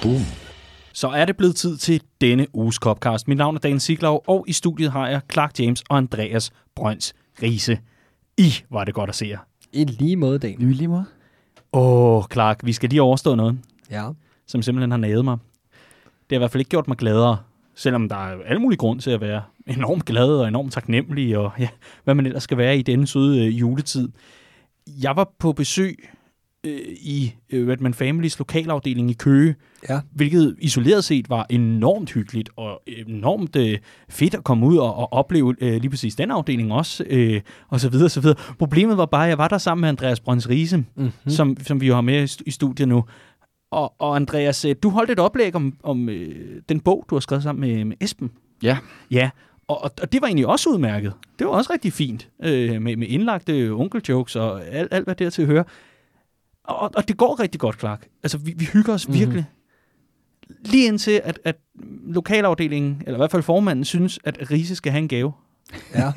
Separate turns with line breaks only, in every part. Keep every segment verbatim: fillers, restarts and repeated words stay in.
Boom.
Så er det blevet tid til denne uges Copcast. Mit navn er Dan Siglov, og i studiet har jeg Clark James og Andreas Brøns Riise. I var det godt at se jer.
I lige måde, Dan.
I lige måde.
Åh, oh, Clark, vi skal lige overstå noget,
Ja.
som simpelthen har naget mig. Det har i hvert fald ikke gjort mig gladere, selvom der er alle mulige grunde til at være enormt glad og enormt taknemmelig, og ja, hvad man ellers skal være i denne søde øh, juletid. Jeg var på besøg øh, i øh, Redman Familys lokalafdeling i Køge,
Ja.
hvilket isoleret set var enormt hyggeligt og enormt øh, fedt at komme ud og, og opleve øh, lige præcis den afdeling også, øh, og så videre, så videre. Problemet var bare, at jeg var der sammen med Andreas Brøns Riise,
Mm-hmm.
som, som vi jo har med i, stu- i studiet nu. Og, og Andreas, øh, du holdt et oplæg om, om øh, den bog, du har skrevet sammen med, med Esben.
Ja.
Ja, og, og, og det var egentlig også udmærket. Det var også rigtig fint, øh, med, med indlagte onkeljokes og alt, alt hvad der til at høre. Og, og det går rigtig godt, Clark. Altså, vi, vi hygger os mm-hmm. virkelig. Lige indtil, at, at lokalafdelingen, eller i hvert fald formanden, synes, at Riise skal have en gave.
Ja.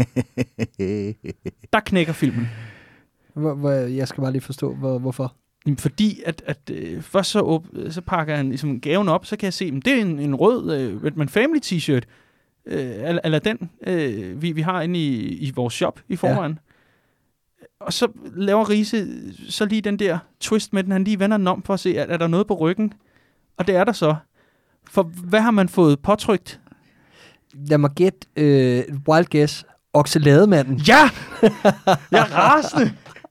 Der knækker filmen.
Hvor, hvor, jeg skal bare lige forstå, hvor, hvorfor.
Jamen, fordi at, at øh, først så, op, så pakker han ligesom gaven op, så kan jeg se, at det er en, en rød øh, Redman Family t-shirt, øh, eller, eller den, øh, vi, vi har inde i, i vores shop i forvejen. Ja. Og så laver Riise så lige den der twist med den, han lige vender den om for at se, at er der noget på ryggen? Og det er der så. For hvad har man fået påtrykt?
Lad mig gætte, øh, wild guess, okselademanden.
Ja! Jeg er rasende!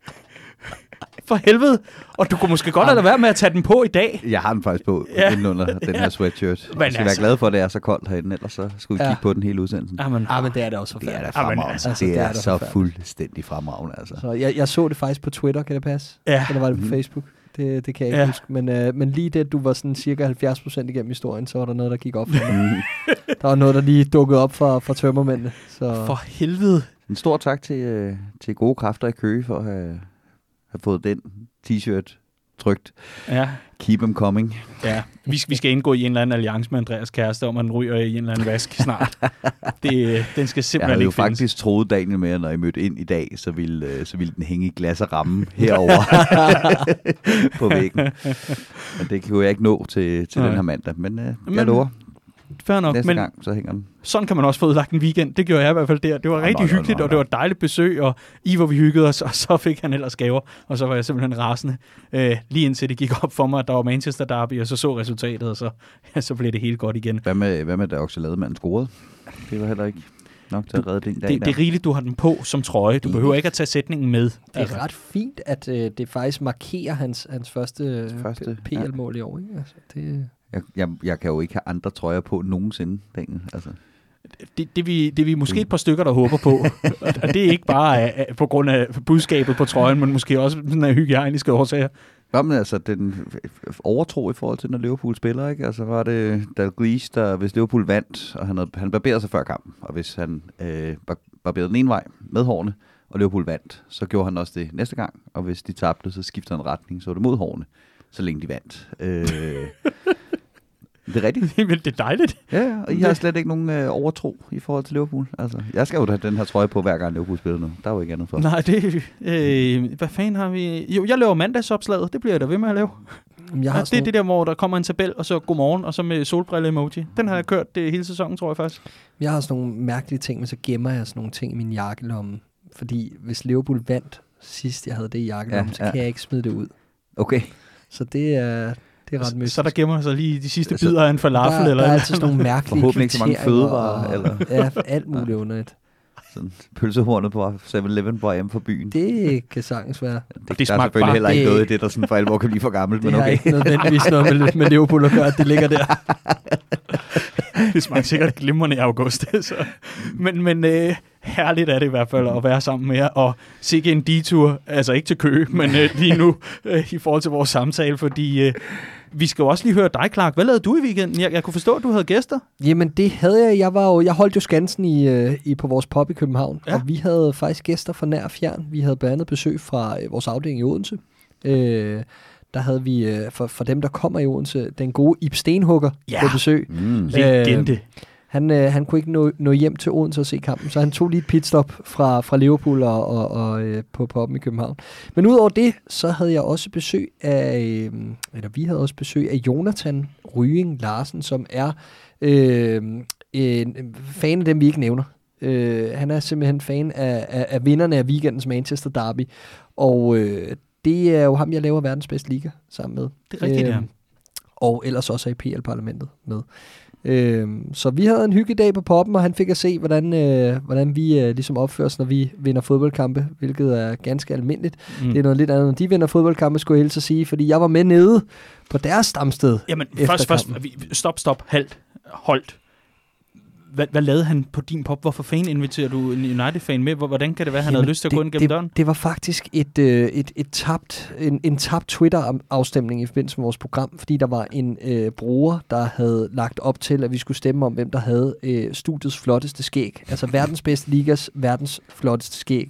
For helvede. Og du kunne måske godt lade være med at tage den på i dag.
Jeg har den faktisk på,
Ja.
ja. under den her sweatshirt.
Men
Jeg skal
altså.
være glad for, at det er så koldt herinde, ellers så skulle vi
Ja.
kigge på den hele udsendelsen.
Jamen,
Ah, men det er det også
Det er da
forfærdeligt.
fremragende.
altså,
Altså, det,
det er
er
da
så
forfærdeligt.
fuldstændig fremragende, altså.
Så jeg, jeg så det faktisk på Twitter, kan det passe?
Ja.
Eller var det på Facebook? Det, det kan jeg ikke
Ja.
ja. huske. Men, øh, men lige det, du var sådan cirka halvfjerds procent igennem historien, så var der noget, der gik op for mig. Der var noget, der lige dukkede op for, for tømmermændene. Så.
for helvede.
En stor tak til, øh, til gode kræfter i Køge for at have, have fået den t-shirt trykt.
Ja.
Keep them coming.
Ja, vi, vi skal indgå i en eller anden alliance med Andreas kæreste, om han ryger i en eller anden vask snart. Det, den skal
Jeg
simpelthen
havde jo
ikke findes.
faktisk troet Daniel med, at når I mødte ind i dag, så ville, øh, så ville den hænge i glas og ramme herover på væggen. Men det kunne jeg ikke nå til, til
Nej.
den her mandag. Men, øh,
Men-
jeg lover,
Fair nok,
næste
men
gang, så hænger den.
sådan kan man også få udlagt en weekend. Det gjorde jeg i hvert fald der. Det var
Nå,
rigtig
nå, nå,
hyggeligt,
nå,
og det
nå.
var et dejligt besøg, og I hvor vi hyggede os, og så fik han ellers gaver, og så var jeg simpelthen rasende. Øh, lige indtil det gik op for mig, at der var Manchester Derby, og så så resultatet, og så, ja, så blev det helt godt igen.
Hvad med, hvad med da okselademanden scorede? Det var heller ikke nok til at redde den dag.
Det, det er rigeligt, du har den på som trøje. Du behøver ikke at tage sætningen med.
Det er ret fint, at øh, det faktisk markerer hans, hans første, øh,
Første,
P L-mål i år. Ikke? Altså, det,
Jeg, jeg, jeg kan jo ikke have andre trøjer på nogensinde, Daniel. Altså,
Det, det, vi, det er vi måske et par stykker, der håber på. Og det er ikke bare af, af, på grund af budskabet på trøjen, men måske også sådan af hygiejniske årsager.
Nå, men altså, den overtro i forhold til, når Liverpool spiller, ikke? Altså, var det Dalglish, der hvis Liverpool vandt, og han, havde, han barberede sig før kampen, og hvis han øh, bar- barberede den ene vej med hårene, og Liverpool vandt, så gjorde han også det næste gang, og hvis de tabte, så skiftede han retning, så var det mod hårene, så længe de vandt. Øh, det er rigtigt.
Men det er dejligt.
Ja, ja, og I har slet ikke nogen øh, overtro i forhold til Liverpool. Altså, jeg skal jo have den her trøje på, hver gang Liverpool spiller nu. Der er jo ikke andet for.
Nej, det øh, hvad fanden har vi? Jo, jeg laver mandagsopslaget. Det bliver jeg da ved med at lave.
jeg
Ja,
har
det er
sådan
det der, hvor der kommer en tabel, og så godmorgen, og så med solbrille-emoji. Den har jeg kørt det hele sæsonen, tror jeg faktisk.
Jeg har sådan nogle mærkelige ting, men så gemmer jeg sådan nogle ting i min jakkelomme. Fordi hvis Liverpool vandt sidst, jeg havde det i jakkelommen,
Ja,
så
ja.
kan jeg ikke smide det ud.
Okay.
Så det er, det er ret mystisk.
Så der gemmer sig lige de sidste
Altså,
bidder af en falafel,
der,
eller
der er
eller
altid sådan nogle mærkelige
Forhåbentlig ikke så mange
kvitteringer
fødevarer,
og-
eller-
Ja, alt muligt under et.
Sådan pølsehornet på seven eleven på hjemme fra byen. Det,
Det kan sagtens være.
det,
det
der er
smagte
selvfølgelig
bare-
heller ikke
det-
noget i det, der sådan for alvor kan blive for gammelt,
Det
men
har
okay.
ikke nødvendigvis noget med, med Liverpool at gøre, at det ligger der.
det smagte sikkert glimrende i august. Så. Men, men øh, herligt er det i hvert fald at være sammen med jer, og sikke en detur, altså ikke til Køge, men øh, lige nu øh, i forhold til vores samtale, fordi øh, vi skal jo også lige høre dig, Clark. Hvad lavede du i weekenden? Jeg, jeg kunne forstå, at du havde gæster.
Jamen det havde jeg. Jeg, var jo, jeg holdt jo Skansen i, øh, i, på vores pub i København,
Ja.
og vi havde faktisk gæster fra nær og fjern. Vi havde blandt andet besøg fra øh, vores afdeling i Odense. Øh, der havde vi, øh, for, for dem der kommer i Odense, den gode Ib Stenhugger
Ja.
på besøg.
Mm.
Legende.
Han, øh, han kunne ikke nå, nå hjem til Odense og se kampen, så han tog lige et pitstop fra, fra Liverpool og, og, og øh, på Poppen i København. Men udover det, så havde jeg også besøg af, øh, eller vi havde også besøg af Jonathan Ryging Larsen, som er øh, en fan af dem, vi ikke nævner. Øh, han er simpelthen fan af, af, af vinderne af weekendens Manchester Derby, og øh, det er jo ham, jeg laver verdens bedste liga sammen med.
Det er rigtigt,
øh,
ja.
Og ellers også er i P L-parlamentet med. Øh, så vi havde en hyggelig dag på Poppen, og han fik at se, hvordan, øh, hvordan vi øh, ligesom opfører os, når vi vinder fodboldkampe, hvilket er ganske almindeligt. Mm. Det er noget lidt andet, når de vinder fodboldkampe, skulle jeg helst at sige, fordi jeg var med nede på deres stamsted.
Jamen, først, først, stop, stop, halt, holdt. Hvad, hvad lavede han på din pop? Hvorfor fanden inviterer du en United-fan med? Hvordan kan det være, at han Jamen, havde lyst til at
det,
gå ind gennem
det,
døren?
Det var faktisk et, øh, et, et tabt, en, en tabt Twitter-afstemning i forbindelse med vores program, fordi der var en øh, bruger, der havde lagt op til, at vi skulle stemme om, hvem der havde øh, studiets flotteste skæg. Altså verdens bedste ligas, verdens flotteste skæg.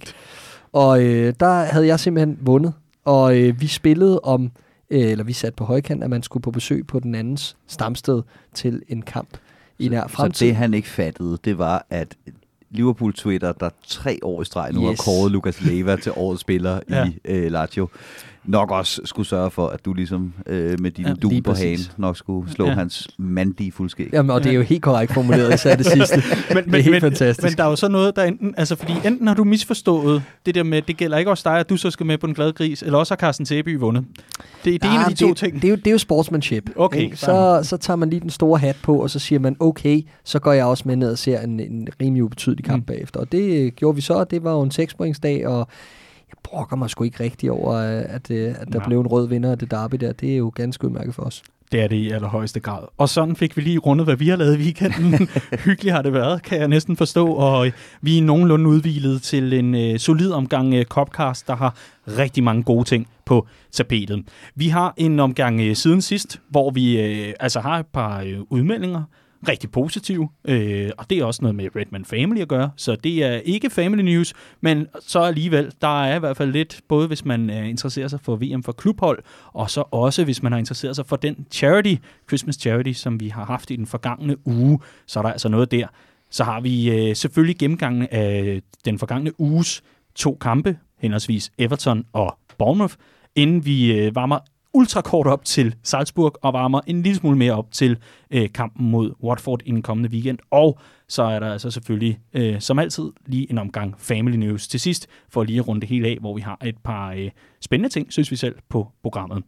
Og øh, der havde jeg simpelthen vundet, og øh, vi spillede om, øh, eller vi satte på højkant, at man skulle på besøg på den andens stamsted til en kamp. I nær fremtid.
Så det han ikke fattede, det var, at Liverpool Twitter, der tre år i streg nu yes. har kåret Lucas Leiva til årets spiller ja. i øh, Lazio, nok også skulle sørge for, at du ligesom øh, med din ja, dun på hagen nok skulle slå ja. hans mandige fuldskæg.
Jamen, og det er jo helt korrekt formuleret, især det sidste. men, det er helt
men,
fantastisk.
Men der er jo så noget, der enten, altså fordi enten har du misforstået det der med, det gælder ikke også dig, at du så skal med på en glad gris, eller også har Carsten Sæby vundet. Det, det er ja, en af de to
det,
ting.
Det er, jo, det er jo sportsmanship.
Okay.
Så, så tager man lige den store hat på, og så siger man, okay, så går jeg også med ned og ser en, en rimelig ubetydelig kamp mm. bagefter. Og det gjorde vi så, det var jo en seks-pointsdag, og jeg brokker mig sgu ikke rigtig over, at, at der ja. blev en rød vinder af det derby der. Det er jo ganske udmærket for os.
Det er det i allerhøjeste grad. Og sådan fik vi lige rundet, hvad vi har lavet i weekenden. Hyggeligt har det været, kan jeg næsten forstå. Og vi er nogenlunde udhvilet til en øh, solid omgang øh, Copcast, der har rigtig mange gode ting på tapetet. Vi har en omgang øh, siden sidst, hvor vi øh, altså har et par øh, udmeldinger. Rigtig positiv, øh, og det er også noget med Redman Family at gøre, så det er ikke family news, men så alligevel, der er i hvert fald lidt, både hvis man øh, interesserer sig for V M for klubhold, og så også hvis man har interesseret sig for den charity, Christmas charity, som vi har haft i den forgangne uge, så er der altså noget der. Så har vi øh, selvfølgelig gennemgangen af den forgangne uges to kampe, henholdsvis Everton og Bournemouth, inden vi øh, varmer ultra kort op til Salzburg og varmer en lille smule mere op til øh, kampen mod Watford i den kommende weekend. Og så er der altså selvfølgelig, øh, som altid, lige en omgang Family News til sidst, for lige at runde det hele af, hvor vi har et par øh, spændende ting, synes vi selv, på programmet.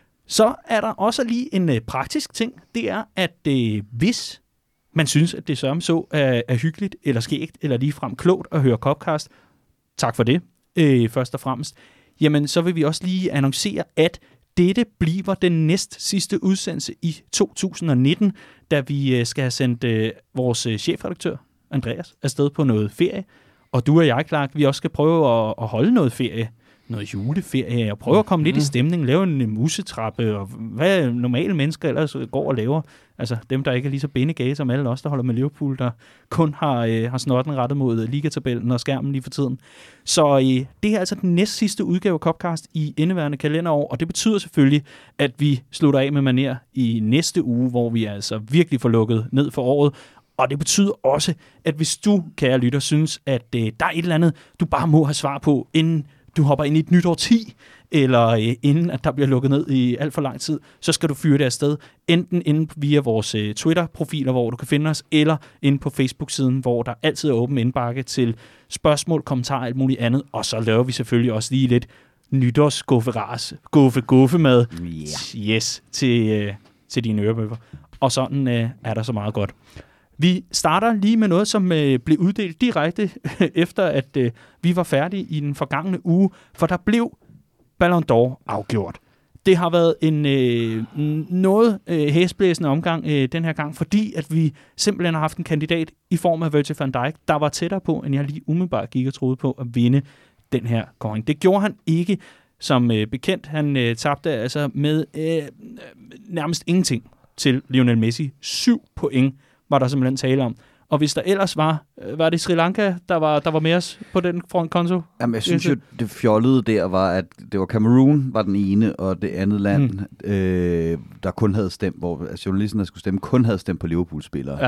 Så er der også lige en øh, praktisk ting. Det er, at øh, hvis man synes, at det sørme så er, er hyggeligt, eller skægt, eller ligefrem klogt at høre Copcast, tak for det, øh, først og fremmest, jamen så vil vi også lige annoncere, at dette bliver den næst sidste udsendelse i to tusind og nitten, da vi skal have sendt øh, vores chefredaktør, Andreas, afsted på noget ferie. Og du og jeg, Clark, vi også skal prøve at, at holde noget ferie, noget juleferie, og prøve at komme mm. lidt i stemning, lave en musetrappe, og hvad normale mennesker ellers går og laver. Altså dem, der ikke er lige så bindegage som alle os, der holder med Liverpool, der kun har, øh, har snotten rettet mod ligatabellen og skærmen lige for tiden. Så øh, det er altså den næst sidste udgave af Copcast i indeværende kalenderår, og det betyder selvfølgelig, at vi slutter af med maner i næste uge, hvor vi altså virkelig får lukket ned for året. Og det betyder også, at hvis du, kære lytter, synes, at øh, der er et eller andet, du bare må have svar på, inden du hopper ind i et nyt årti, eller øh, inden at der bliver lukket ned i alt for lang tid, så skal du fyre det afsted, enten inde via vores øh, Twitter-profiler, hvor du kan finde os, eller inde på Facebook-siden, hvor der altid er åben indbakke til spørgsmål, kommentarer og alt muligt andet, og så laver vi selvfølgelig også lige lidt nytårsgufferas, guffe, guffe med yeah. yes, til, øh, til dine ørebøffer. Og sådan øh, er der så meget godt. Vi starter lige med noget, som øh, blev uddelt direkte efter, at øh, vi var færdige i den forgangne uge, for der blev Ballon d'Or afgjort. Det har været en øh, noget øh, hæsblæsende omgang øh, den her gang, fordi at vi simpelthen har haft en kandidat i form af Virgil van Dijk, der var tættere på, end jeg lige umiddelbart gik og troede på at vinde den her kåring. Det gjorde han ikke som øh, bekendt. Han øh, tabte altså med øh, nærmest ingenting til Lionel Messi. Syv point var der simpelthen tale om. Og hvis der ellers var, var det Sri Lanka, der var, der var med os på den frontkonto?
Jamen, jeg synes jo, det fjollede der var, at det var Cameroon, var den ene, og det andet land, mm. øh, der kun havde stemt, hvor altså, journalisten, der skulle stemme, kun havde stemt på Liverpool-spillere. Ja.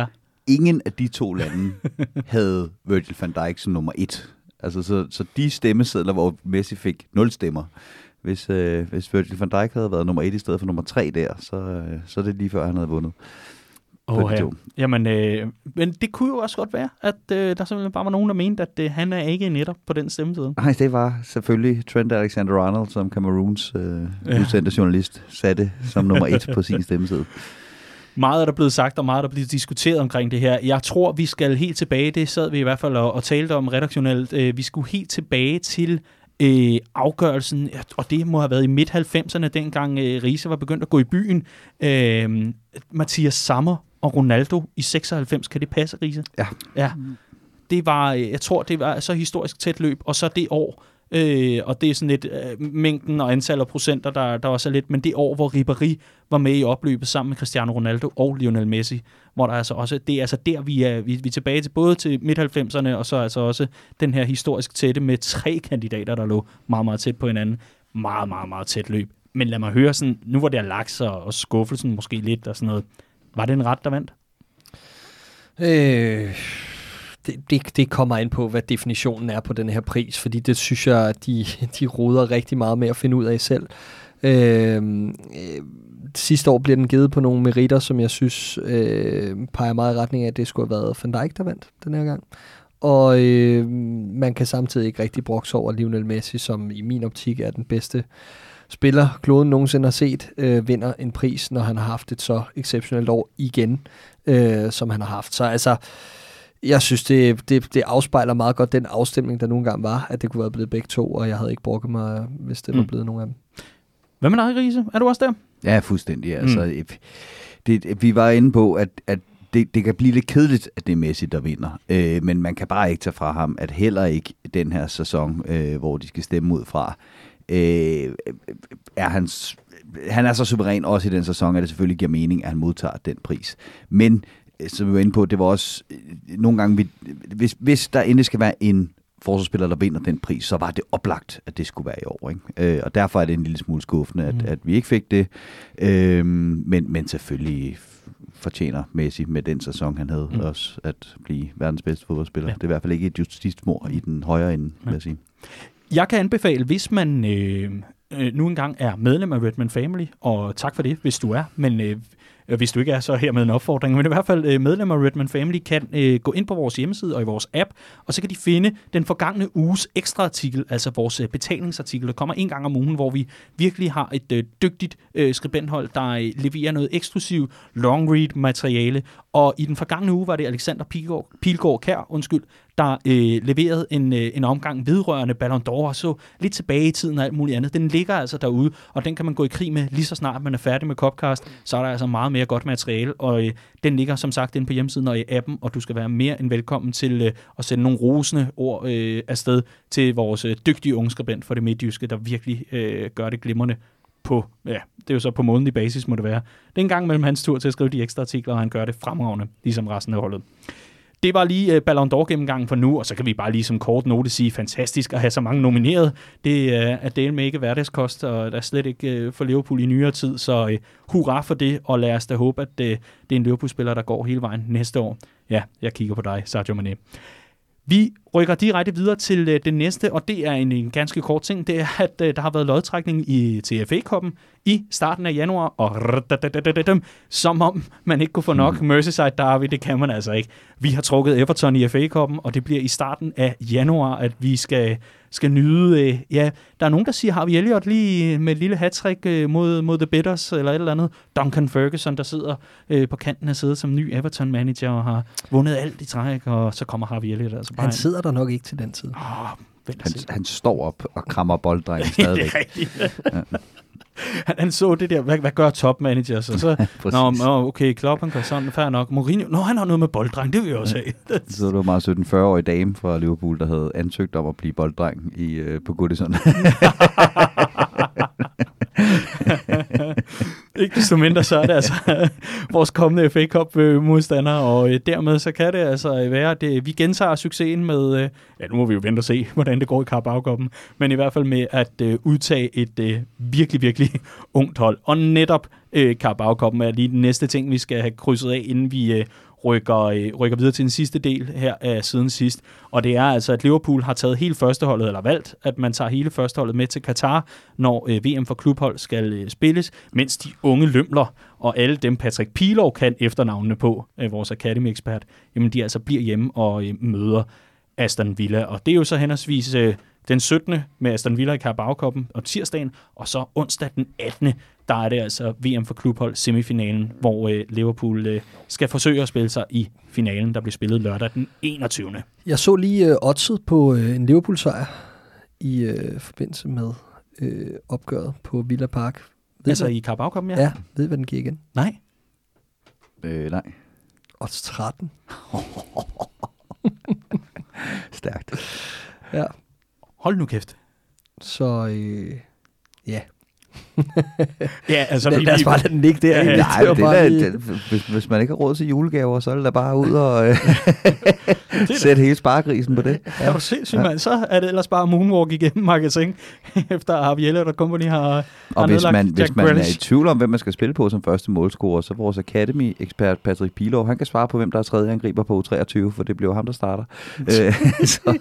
ingen af de to lande havde Virgil van Dijk som nummer et. Altså, så, så de stemmesedler, hvor Messi fik nul stemmer. Hvis, øh, hvis Virgil van Dijk havde været nummer et i stedet for nummer tre der, så, øh, så er det lige før, han havde vundet.
Oh, ja. Jamen, øh, men det kunne jo også godt være, at øh, der simpelthen bare var nogen, der mente, at øh, han er ikke netter på den stemmeside.
Nej, det var selvfølgelig Trent Alexander-Arnold, som Cameroons øh, ja. udsendte journalist, satte som nummer et på sin stemmeside.
Meget er der blevet sagt, og meget er der blevet diskuteret omkring det her. Jeg tror, vi skal helt tilbage, det sad vi i hvert fald og, og talte om redaktionelt, øh, vi skulle helt tilbage til øh, afgørelsen, og det må have været i midt halvfemserne, dengang øh, Riise var begyndt at gå i byen. Øh, Mathias Sammer og Ronaldo i seksoghalvfems, kan det passe, Riise?
Ja.
Ja. Det var, jeg tror, det var så historisk tæt løb, og så det år, øh, og det er sådan lidt øh, mængden og antal af procenter, der, der også er lidt, men det år, hvor Ribéry var med i opløbet sammen med Cristiano Ronaldo og Lionel Messi, hvor der altså også, det er altså der, vi er, vi, vi er tilbage til, både til midt halvfemserne, og så altså også den her historisk tætte med tre kandidater, der lå meget, meget tæt på hinanden. Meget, meget, meget tæt løb. Men lad mig høre sådan, nu hvor det er laks og, og skuffelsen måske lidt og sådan noget, var det en ret, der vandt?
Øh, det, det, det kommer ind på, hvad definitionen er på den her pris, fordi det synes jeg, at de, de roder rigtig meget med at finde ud af selv. Øh, øh, sidste år bliver den givet på nogle meritter, som jeg synes øh, peger meget i retning af, at det skulle have været Van Dijk, der vandt den her gang. Og øh, man kan samtidig ikke rigtig brokse over Lionel Messi, som i min optik er den bedste spiller, kloden nogensinde har set, øh, vinder en pris, når han har haft et så exceptionelt år igen, øh, som han har haft. Så altså, jeg synes, det, det, det afspejler meget godt den afstemning, der nogle gange var, at det kunne være blevet begge to, og jeg havde ikke brokket mig, hvis det mm. var blevet nogen af dem.
Hvad med dig, Riise? Er du også der?
Ja, fuldstændig. Altså, mm. det, vi var inde på, at, at det, det kan blive lidt kedeligt, at det er Messi, der vinder. Øh, men man kan bare ikke tage fra ham, at heller ikke den her sæson, øh, hvor de skal stemme ud fra, øh, er hans, han er så suveræn også i den sæson, at det selvfølgelig giver mening, at han modtager den pris. Men, som vi var inde på, det var også nogle gange, vi, hvis, hvis der endelig skal være en forsvarsspiller, der vinder den pris, så var det oplagt, at det skulle være i år. Ikke? Øh, og derfor er det en lille smule skuffende, at, mm. at vi ikke fik det. Øh, men, men selvfølgelig fortjener Messi med den sæson, han havde mm. også, at blive verdens bedste fodboldspiller. Ja. Det er i hvert fald ikke et justitsmord i den højre ende, ja. vil jeg sige.
Jeg kan anbefale, hvis man øh, øh, nu engang er medlem af Redman Family, og tak for det, hvis du er, men øh, hvis du ikke er, så her med en opfordring, men i hvert fald øh, medlemmer af Redman Family kan øh, gå ind på vores hjemmeside og i vores app, og så kan de finde den forgangne uges ekstra artikel, altså vores øh, betalingsartikel, der kommer en gang om ugen, hvor vi virkelig har et øh, dygtigt øh, skribenthold, der øh, leverer noget eksklusivt long read materiale, og i den forgangne uge var det Alexander Pilgaard, Pilgaard Kjær, undskyld, der øh, leverede en, øh, en omgang vedrørende Ballon d'Or, og så lidt tilbage i tiden og alt muligt andet. Den ligger altså derude, og den kan man gå i krig med lige så snart man er færdig med Copcast, så er der altså meget mere godt materiale, og øh, den ligger som sagt inde på hjemmesiden og i appen, og du skal være mere end velkommen til øh, at sende nogle rosende ord øh, afsted til vores øh, dygtige unge skribent for det midtjyske, der virkelig øh, gør det glimrende på, ja, det er jo så på månedlig basis, må det være. Det er en gang mellem hans tur til at skrive de ekstra artikler, og han gør det fremragende, ligesom resten af holdet. Det var lige uh, Ballon d'Or-gennemgangen for nu, og så kan vi bare lige som kort note sige, fantastisk at have så mange nomineret. Det uh, er delt med ikke hverdagskost, og der er slet ikke uh, for Liverpool i nyere tid, så uh, hurra for det, og lad os da håbe, at uh, det er en Liverpool-spiller, der går hele vejen næste år. Ja, jeg kigger på dig, Sadio Mané. Vi rykker direkte videre til øh, det næste, og det er en, en ganske kort ting. Det er, at øh, der har været lodtrækning i T F A-koppen i starten af januar, og som om man ikke kunne få nok Merseyside Derby, det kan man altså ikke. Vi har trukket Everton i F A-koppen, og det bliver i starten af januar, at vi skal, skal nyde... Øh, ja, der er nogen, der siger, Harvey Elliott lige med et lille hattrick øh, mod, mod The Bitters, eller et eller andet. Duncan Ferguson, der sidder øh, på kanten af sædet som ny Everton-manager, og har vundet alt i træk, og så kommer Harvey Elliott altså bare...
Han sidder der nok ikke til den tid.
Oh,
han, han står op og krammer bolddrengen stadigvæk.
Det er rigtigt. Ja. Han, han så det der, hvad, hvad gør topmanagers? Og så, nå, nå, okay, Klopp, han gør sådan, fair nok. Mourinho, nå, han har noget med bolddreng, det vil jeg også have.
Så det var meget sytten fyrre-årig dame fra Liverpool, der havde ansøgt om at blive bolddreng i, øh, på Goodison.
Ikke desto mindre, så er det altså vores kommende F A Cup-modstander, og øh, dermed så kan det altså være, at øh, vi gentager succesen med, øh, ja, nu må vi jo vente og se, hvordan det går i Carabao-koppen, men i hvert fald med at øh, udtage et øh, virkelig, virkelig ungt hold. Og netop Øh, Carabao Cup'en er lige den næste ting, vi skal have krydset af, inden vi øh, rykker, øh, rykker videre til den sidste del her af siden sidst. Og det er altså, at Liverpool har taget hele førsteholdet, eller valgt, at man tager hele førsteholdet med til Katar, når øh, V M for klubhold skal øh, spilles, mens de unge lømler, og alle dem Patrick Pilov kan efternavnene på, øh, vores Academy-ekspert, jamen de altså bliver hjemme og øh, møder Aston Villa. Og det er jo så henholdsvis øh, den syttende med Aston Villa i Carabao Cup'en om tirsdagen, og så onsdag den attende der er det altså V M for klubhold semifinalen, hvor øh, Liverpool øh, skal forsøge at spille sig i finalen, der bliver spillet lørdag den enogtyvende
Jeg så lige øh, oddset på øh, en Liverpool-sejr i øh, forbindelse med øh, opgøret på Villa Park. Ved
Altså
hvad?
i Carabao Cup'en, ja?
Ja, ved hvad den giver igen?
Nej.
Øh, nej.
Odds tretten
Stærkt.
Ja.
Hold nu kæft.
Så øh, ja.
Ja, altså...
Lad os bare lade den ligge der.
Ja,
Ja,
Nej, det
bare
er,
lige...
det, hvis, hvis man ikke har råd til julegaver, så er det da bare ud og øh, sætte hele sparegrisen på det.
Ja. Er du sindssygt, mand? Så er det ellers bare moonwalk igennem magasin, efter Harvey Elliott og Company har,
Og
har
hvis man,
Jack
hvis man er
Grealish.
i tvivl om, hvem man skal spille på som første målscorer, så vores Academy-ekspert Patrick Pilov, han kan svare på, hvem der er tredje angriber på U treogtyve, for det bliver ham, der starter. øh, så.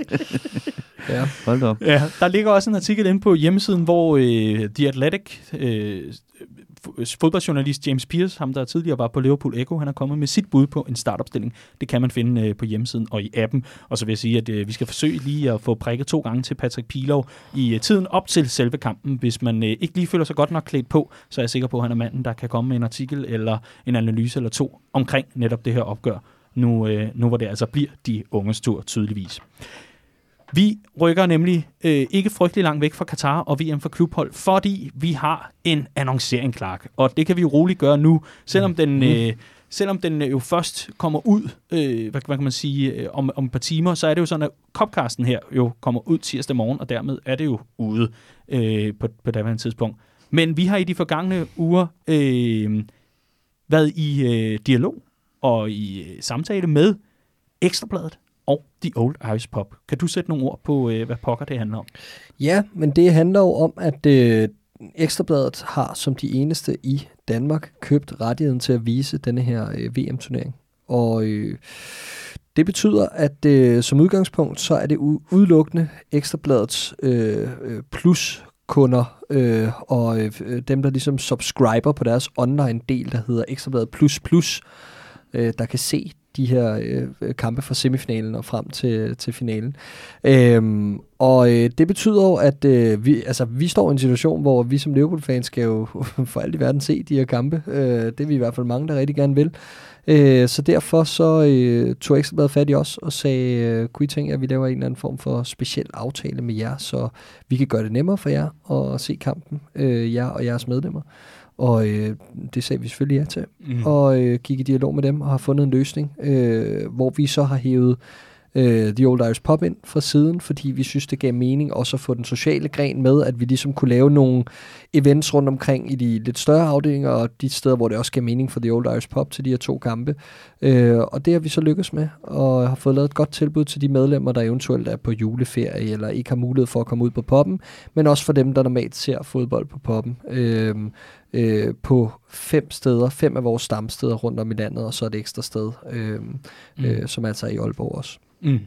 Ja.
Hold da op.
Ja, der ligger også en artikel inde på hjemmesiden, hvor øh, The Athletic, øh, fodboldjournalist James Pearce, ham der tidligere var på Liverpool Echo, han er kommet med sit bud på en startopstilling. Det kan man finde øh, på hjemmesiden og i appen. Og så vil jeg sige, at øh, vi skal forsøge lige at få prikket to gange til Patrick Pilov i øh, tiden op til selve kampen. Hvis man øh, ikke lige føler sig godt nok klædt på, så er jeg sikker på, at han er manden, der kan komme med en artikel eller en analyse eller to omkring netop det her opgør. Nu, øh, nu hvor det altså bliver de unges tur tydeligvis. Vi rykker nemlig øh, ikke frygtelig langt væk fra Katar og V M for klubhold, fordi vi har en annoncering, Clark. Og det kan vi roligt gøre nu, selvom den, øh, selvom den jo først kommer ud, øh, hvad, hvad kan man sige, øh, om, om et par timer, så er det jo sådan, at Cupcasten her jo kommer ud tirsdag morgen, og dermed er det jo ude øh, på, på daværende tidspunkt. Men vi har i de forgangne uger øh, været i øh, dialog og i øh, samtale med Ekstra Bladet og The Old Irish Pub. Kan du sætte nogle ord på, øh, hvad pokker det handler om?
Ja, men det handler jo om, at øh, Ekstra Bladet har som de eneste i Danmark købt rettigheden til at vise denne her øh, V M-turnering. Og øh, det betyder, at øh, som udgangspunkt, så er det u- udelukkende Ekstra Bladets øh, plus kunder øh, og øh, dem, der ligesom subscriber på deres online-del, der hedder Ekstra Bladet Plus Plus, øh, der kan se de her øh, kampe fra semifinalen og frem til, til finalen. Øhm, og øh, det betyder jo, at øh, vi, altså, vi står i en situation, hvor vi som Liverpool-fans skal jo for alt i verden se de her kampe. Øh, det er vi i hvert fald mange, der rigtig gerne vil. Øh, så derfor så øh, tog Ekstra Bladet fat i os og sagde, øh, kunne I tænke, at vi laver en eller anden form for speciel aftale med jer, så vi kan gøre det nemmere for jer at se kampen, øh, jer og jeres medlemmer. Og øh, det sagde vi selvfølgelig ja til, mm. og øh, gik i dialog med dem og har fundet en løsning, øh, hvor vi så har hævet øh, The Old Irish Pub ind fra siden, fordi vi synes, det gav mening også at få den sociale gren med, at vi ligesom kunne lave nogle events rundt omkring i de lidt større afdelinger, og de steder, hvor det også gav mening for The Old Irish Pub til de her to kampe. Øh, og det har vi så lykkes med, og har fået lavet et godt tilbud til de medlemmer, der eventuelt er på juleferie, eller ikke har mulighed for at komme ud på pubben, men også for dem, der normalt ser fodbold på pubben. Øh, Øh, på fem steder, fem af vores stamsteder rundt om i landet, og så et ekstra sted, øh, mm. øh, som altså er i Aalborg også.
Mm.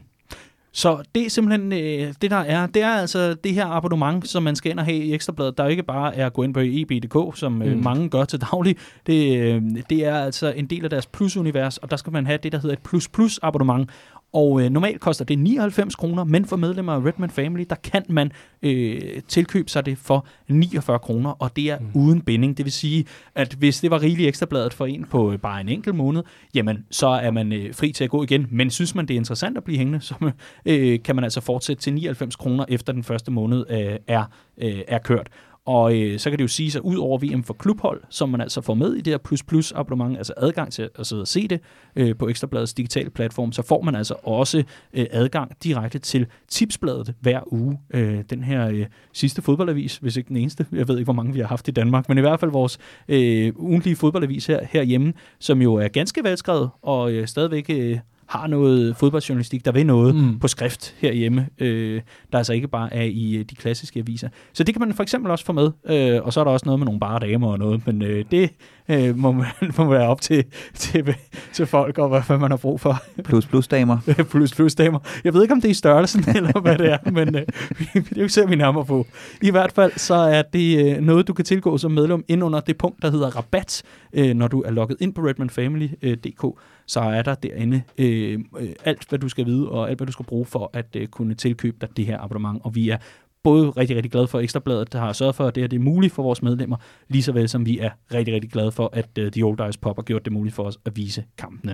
Så det er simpelthen øh, det, der er. Det er altså det her abonnement, som man skal ind og have i Ekstra Bladet, der ikke bare er at gå ind på e b punktum d k, som øh, mm. mange gør til daglig. Det, øh, det er altså en del af deres plus-univers, og der skal man have det, der hedder et plus-plus-abonnement. Og øh, normalt koster det nioghalvfems kroner, men for medlemmer af Redman Family, der kan man øh, tilkøbe sig det for niogfyrre kroner, og det er mm. uden binding. Det vil sige, at hvis det var rigeligt Ekstrabladet for en på øh, bare en enkelt måned, jamen så er man øh, fri til at gå igen. Men synes man, det er interessant at blive hængende, så øh, kan man altså fortsætte til nioghalvfems kroner efter den første måned øh, er, øh, er kørt. Og øh, så kan det jo sige sig ud over V M for klubhold, som man altså får med i det her plus-plus abonnement, altså adgang til at sidde og se det øh, på Ekstrabladets digitale platform, så får man altså også øh, adgang direkte til Tipsbladet hver uge. Øh, den her øh, sidste fodboldavis, hvis ikke den eneste, jeg ved ikke, hvor mange vi har haft i Danmark, men i hvert fald vores øh, ugentlige fodboldavis her, herhjemme, som jo er ganske velskrevet og øh, stadigvæk øh, har noget fodboldjournalistik, der vil noget
Mm.
på skrift herhjemme, øh, der altså ikke bare er i øh, de klassiske aviser. Så det kan man for eksempel også få med, øh, og så er der også noget med nogle bare damer og noget, men øh, det øh, må, man, må være op til, til, til folk, og hvad, hvad man har brug for.
Plus plus damer.
plus plus damer. Jeg ved ikke, om det er i størrelsen, eller hvad det er, men øh, det er jo ser vi nærmere på. I hvert fald, så er det øh, noget, du kan tilgå som medlem ind under det punkt, der hedder rabat, øh, når du er logget ind på redman family punktum d k, så er der derinde øh, øh, alt, hvad du skal vide, og alt, hvad du skal bruge for at øh, kunne tilkøbe dig det her abonnement. Og vi er både rigtig, rigtig glade for Ekstrabladet, der har sørget for, at det, her, det er muligt for vores medlemmer, lige så vel som vi er rigtig, rigtig glade for, at uh, The Old Irish Pub har gjort det muligt for os at vise kampene.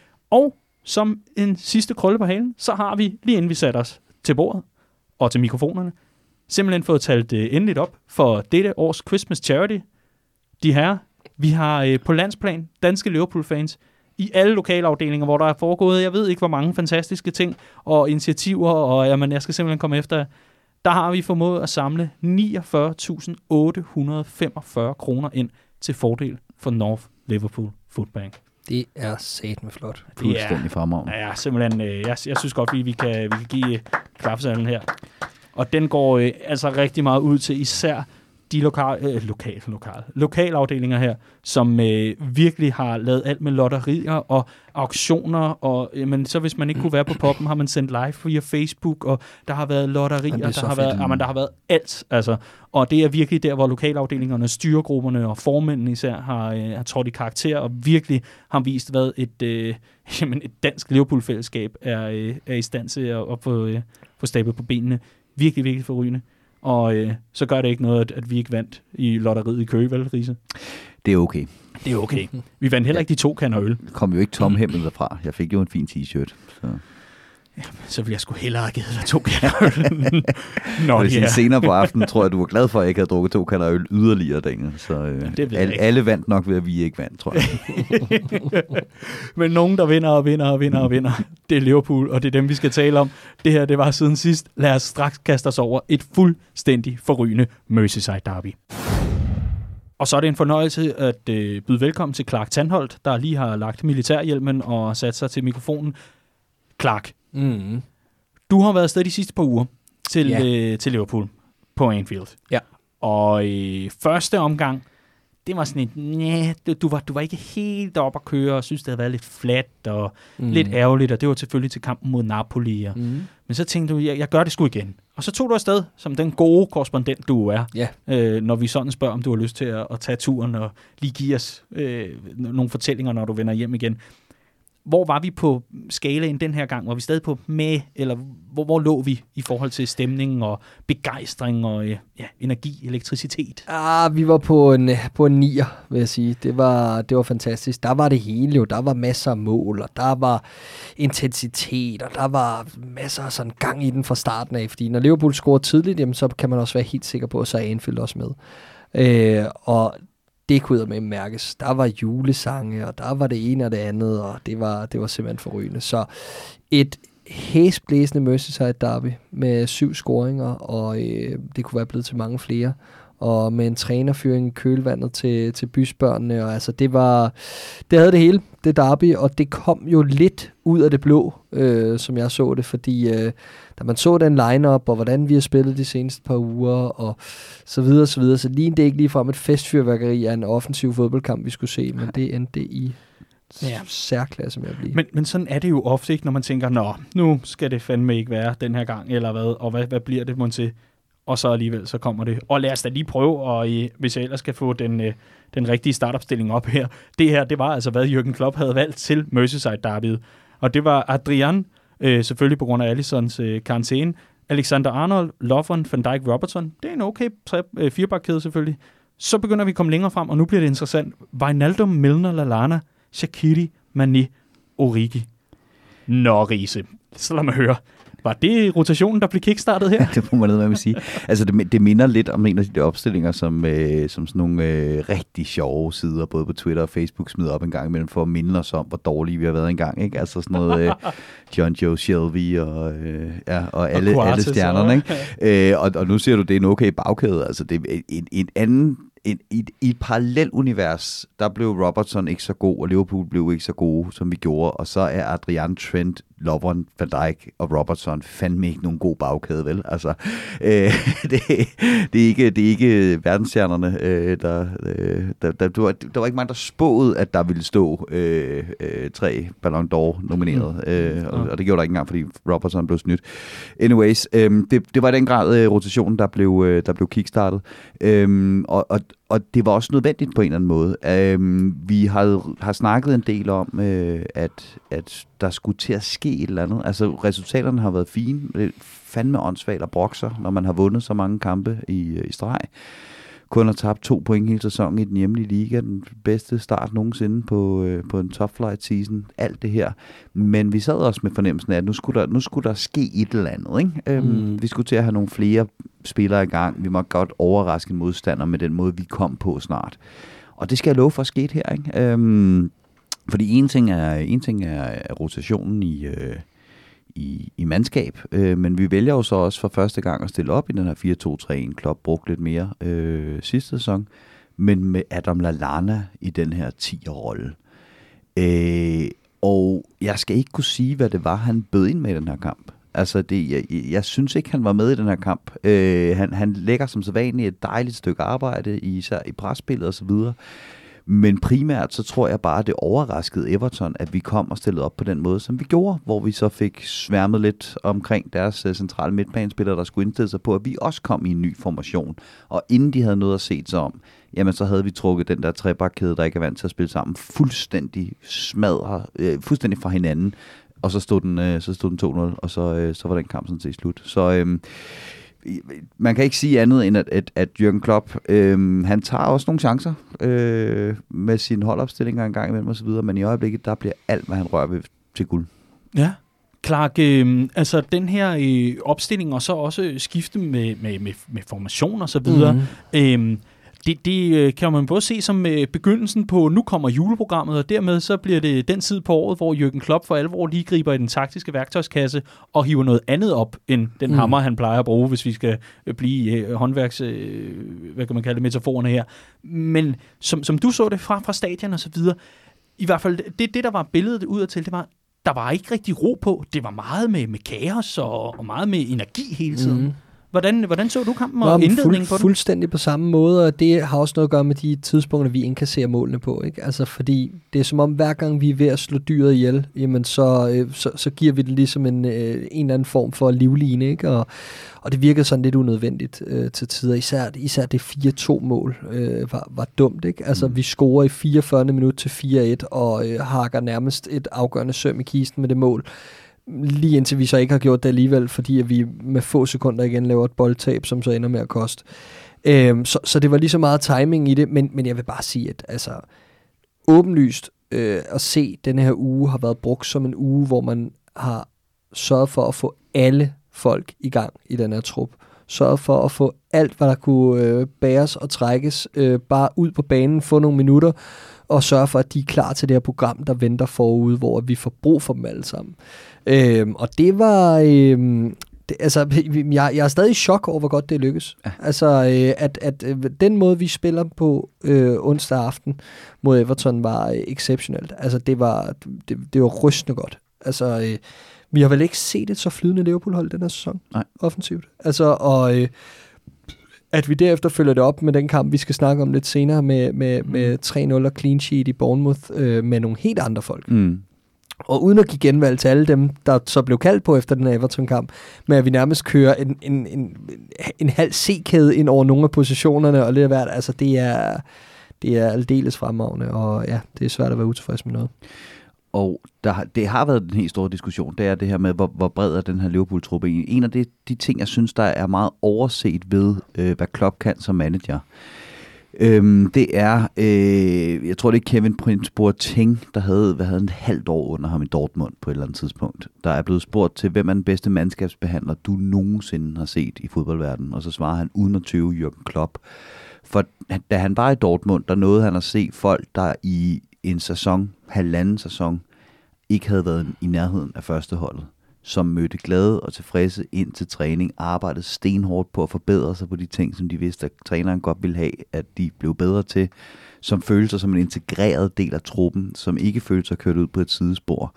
Og som en sidste krølle på halen, så har vi, lige inden vi satte os til bordet og til mikrofonerne, simpelthen fået talt uh, endeligt op for dette års Christmas Charity. De her, vi har uh, på landsplan danske Liverpool-fans i alle lokale afdelinger, hvor der er foregået, jeg ved ikke, hvor mange fantastiske ting og initiativer, og jamen, jeg skal simpelthen komme efter. Der har vi formået at samle niogfyrre tusind otte hundrede femogfyrre kroner ind til fordel for North Liverpool Food Bank.
Det er satme flot.
Fuldstændig fremragende.
Ja, simpelthen. Øh, jeg, jeg synes godt, vi, vi, kan, vi kan give øh, klappesalen her. Og den går øh, altså rigtig meget ud til især de lokale, øh, lokale, lokale, lokalafdelinger her, som øh, virkelig har lavet alt med lotterier og auktioner, og øh, men så hvis man ikke kunne være på poppen, har man sendt live via Facebook, og der har været lotterier, der har været, jamen, der har været alt, altså, og det er virkelig der, hvor lokalafdelingerne, styregrupperne og formændene især har, øh, har trådt i karakter, og virkelig har vist, hvad et, øh, jamen, et dansk Liverpool-fællesskab er, øh, er i stand til at, at få, øh, få stablet på benene. Virkelig, virkelig forrygende. Og øh, så gør det ikke noget, at, at vi ikke vandt i lotteriet i Køge, vel, Riese?
Det er okay.
Det er okay. Vi vandt heller ikke de to kander øl.
Jeg kom jo ikke tomhæmmet derfra. Jeg fik jo en fin t-shirt. Så,
ja, så ville jeg sgu hellere have givet dig to kander øl. Nå,
ja.
Ja.
Senere på aftenen tror jeg, du var glad for, at jeg ikke havde drukket to kander øl yderligere, Daniel. Så øh,
det
alle, alle vandt nok ved, at vi ikke vandt, tror jeg.
Men nogen, der vinder og vinder og vinder og vinder, det er Liverpool, og det er dem, vi skal tale om. Det her, det var siden sidst. Lad os straks kaste os over et fuldstændig forrygende Merseyside derby. Og så er det en fornøjelse at øh, byde velkommen til Clark Tandholt, der lige har lagt militærhjelmen og sat sig til mikrofonen. Clark,
Mm.
du har været afsted de sidste par uger til,
Ja.
øh, til Liverpool på Anfield.
Ja.
Og i første omgang, det var sådan et, næh, du, du, var, du var ikke helt op at køre, og synes, det havde været lidt flat og
Mm.
lidt ærgerligt, og det var selvfølgelig til kampen mod Napoli. Og,
Mm.
men så tænkte du, jeg, jeg gør det sgu igen. Og så tog du afsted, som den gode korrespondent, du er,
Ja.
øh, når vi sådan spørger, om du har lyst til at, at tage turen og lige give os øh, nogle fortællinger, når du vender hjem igen. Hvor var vi på skalaen den her gang? Var vi stadig på med, eller hvor, hvor lå vi i forhold til stemning og begejstring og ja, energi, elektricitet?
Ah, vi var på en, på en nier, vil jeg sige. Det var, det var fantastisk. Der var det hele jo. Der var masser af mål, og der var intensitet, og der var masser af sådan gang i den fra starten af. Fordi når Liverpool scorer tidligt, jamen, så kan man også være helt sikker på, at så er Anfield også med. Øh, og det kunne med mærkes. Der var julesange, og der var det ene og det andet, og det var, det var simpelthen forrygende. Så et hæsblæsende Merseyside derby med syv scoringer, og øh, det kunne være blevet til mange flere. Og med en trænerfyring i kølvandet til, til bysbørnene, og altså det var, det havde det hele, det derby, og det kom jo lidt ud af det blå, øh, som jeg så det, fordi øh, da man så den line-up, og hvordan vi har spillet de seneste par uger, og så videre, så videre, så lignede det ikke ligefrem et festfyrværkeri af en offensiv fodboldkamp, vi skulle se, men det endte i
Ja.
særklasse med at blive.
Men, men sådan er det jo ofte ikke, når man tænker, nå, nu skal det fandme ikke være den her gang, eller hvad, og hvad, hvad bliver det, må til? Og så alligevel, så kommer det. Og lad os da lige prøve, og i, hvis jeg ellers skal få den, øh, den rigtige startopstilling op her. Det her, det var altså, hvad Jürgen Klopp havde valgt til Merseyside-derbyet. Og det var Adrian, øh, selvfølgelig på grund af Alissons øh, karantæne, Alexander Arnold, Lovren, Van Dijk, Robertson. Det er en okay tre, øh, firebakkæde selvfølgelig. Så begynder vi at komme længere frem, og nu bliver det interessant. Wijnaldum, Milner, Lallana, Shaqiri, Mané, Origi. Nå, Riese. Så lad mig høre. Var det rotationen, der blev kickstartet her?
Det må man ned med at sige. Altså, det, det minder lidt om en af de der opstillinger, som, øh, som sådan nogle øh, rigtig sjove sider, både på Twitter og Facebook, smider op en gang imellem, for at minde os om, hvor dårlige vi har været engang, ikke? Altså sådan noget øh, John Joe Shelby og, øh, ja, og alle, og alle stjernerne, ikke? Øh, og, og nu siger du, det er en okay bagkæde. Altså, det er en, en anden en, i, i et parallelt univers, der blev Robertson ikke så god, og Liverpool blev ikke så gode, som vi gjorde, og så er Adrian, Trent, Lovren, Van Dijk og Robertson fandme ikke nogen god bagkæde, vel? Altså, øh, det, det, er ikke, det er ikke verdensstjernerne, øh, der, øh, der, der, der, var, der var ikke mange, der spåede, at der ville stå øh, øh, tre Ballon d'Or nomineret, mm. øh, og, og det gjorde der ikke engang, fordi Robertson blev snydt. Anyways, øh, det, det var i den grad øh, rotationen, der blev, øh, der blev kickstartet, øh, og, og Og det var også nødvendigt på en eller anden måde. Øhm, vi har, har snakket en del om, øh, at, at der skulle til at ske et eller andet. Altså, resultaterne har været fine. Det er fandme åndssvagt at brokke sig, når man har vundet så mange kampe i, i streg. Kun har tabt to point hele sæsonen i den hjemlige liga. Den bedste start nogensinde på, øh, på en top flight season. Alt det her. Men vi sad også med fornemmelsen af, at nu skulle der, nu skulle der ske et eller andet. Ikke? Mm. Øhm, vi skulle til at have nogle flere spillere i gang. Vi må godt overraske en modstander med den måde, vi kom på snart. Og det skal jeg love for at ske her. Ikke? Øhm, fordi en ting er, en ting er rotationen i... Øh, I, i mandskab, øh, men vi vælger jo så også for første gang at stille op i den her fire to tre en. Klopp brugte lidt mere øh, sidste sæson, men med Adam Lallana i den her tier-rolle. Øh, og jeg skal ikke kunne sige, hvad det var, han bød ind med i den her kamp. Altså, det, jeg, jeg synes ikke, han var med i den her kamp. Øh, han, han lægger som sædvanligt et dejligt stykke arbejde, især i presspillet og så videre. Men primært så tror jeg bare, at det overraskede Everton, at vi kom og stillede op på den måde, som vi gjorde, hvor vi så fik sværmet lidt omkring deres uh, centrale midtbanespillere, der skulle indstille sig på, at vi også kom i en ny formation. Og inden de havde noget at se sig om, jamen så havde vi trukket den der trebakkæde, der ikke er vant til at spille sammen, fuldstændig smadret, øh, fuldstændig fra hinanden. Og så stod den, øh, så stod den to nul, og så, øh, så var den kamp sådan set slut. Så... Øh, man kan ikke sige andet end, at, at, at Jürgen Klopp, øh, han tager også nogle chancer øh, med sine holdopstillinger en gang imellem og så videre, men i øjeblikket, der bliver alt, hvad han rører ved, til guld.
Ja, Clark, øh, altså den her øh, opstilling, og så også skifte med, med, med, med formation og så videre, mm-hmm. øh, Det, det kan man både se som begyndelsen på, nu kommer juleprogrammet, og dermed så bliver det den tid på året, hvor Jürgen Klopp for alvor lige griber i den taktiske værktøjskasse og hiver noget andet op, end den mm. hammer, han plejer at bruge, hvis vi skal blive håndværks, hvad kan man kalde det, metaforerne her. Men som, som du så det fra, fra stadion og så videre, i hvert fald det, det der var billedet udadtil, det var, der var ikke rigtig ro på. Det var meget med, med kaos og, og meget med energi hele tiden. Mm. Hvordan, hvordan så du kampen og indledningen fuld, på den?
Fuldstændig på samme måde, og det har også noget at gøre med de tidspunkter, vi indkasserer målene på. Ikke? Altså, fordi det er som om, hver gang vi er ved at slå dyret ihjel, jamen så, øh, så, så giver vi det ligesom en, øh, en eller anden form for livline. Ikke? Og, og det virkede sådan lidt unødvendigt øh, til tider. Især, især det fire to mål øh, var, var dumt. Ikke? Altså, mm. vi scorer i fireogfyrre minut til fire et, og øh, hakker nærmest et afgørende søm i kisten med det mål. Lige indtil vi så ikke har gjort det alligevel, fordi at vi med få sekunder igen laver et boldtab, som så ender med at koste. Øhm, så, så det var lige så meget timing i det, men, men jeg vil bare sige, at altså, åbenlyst øh, at se, denne her uge har været brugt som en uge, hvor man har sørget for at få alle folk i gang i den her trup. Sørget for at få alt, hvad der kunne øh, bæres og trækkes, øh, bare ud på banen, få nogle minutter, og sørge for, at de er klar til det her program, der venter forude, hvor vi får brug for dem alle sammen. Øhm, og det var... Øhm, det, altså, jeg, jeg er stadig i chok over, hvor godt det lykkes. Ja. Altså, øh, at, at øh, den måde, vi spiller på øh, onsdag aften mod Everton, var øh, exceptionelt. Altså, det var, det, det var rystende godt. Altså, øh, vi har vel ikke set et så flydende Liverpool-hold den her sæson. Nej. Offensivt. Altså, og... Øh, at vi derefter følger det op med den kamp, vi skal snakke om lidt senere, med, med, mm. med tre nul og clean sheet i Bournemouth, øh, med nogle helt andre folk. Mm. Og uden at give genvalg til alle dem, der så blev kaldt på efter den her Everton-kamp, med at vi nærmest kører en, en, en, en halv C-kæde ind over nogle af positionerne, og lidt af hvert, altså det er, det er aldeles fremragende, og ja, det er svært at være utilfreds med noget.
Og der, det har været en helt stor diskussion, det er det her med, hvor, hvor bred er den her Liverpool-truppe. En af de, de ting, jeg synes, der er meget overset ved, øh, hvad Klopp kan som manager, øhm, det er, øh, jeg tror det er Kevin Prince Boateng, der havde, hvad havde en halvt år under ham i Dortmund på et eller andet tidspunkt, der er blevet spurgt til, hvem er den bedste mandskabsbehandler, du nogensinde har set i fodboldverdenen, og så svarer han uden at tøve Jürgen Klopp. For da han var i Dortmund, der nåede han at se folk, der i en sæson, halvanden sæson, ikke havde været i nærheden af førsteholdet, som mødte glade og tilfredse ind til træning, arbejdede stenhårdt på at forbedre sig på de ting, som de vidste, at træneren godt ville have, at de blev bedre til, som følte sig som en integreret del af truppen, som ikke følte sig kørt ud på et sidespor.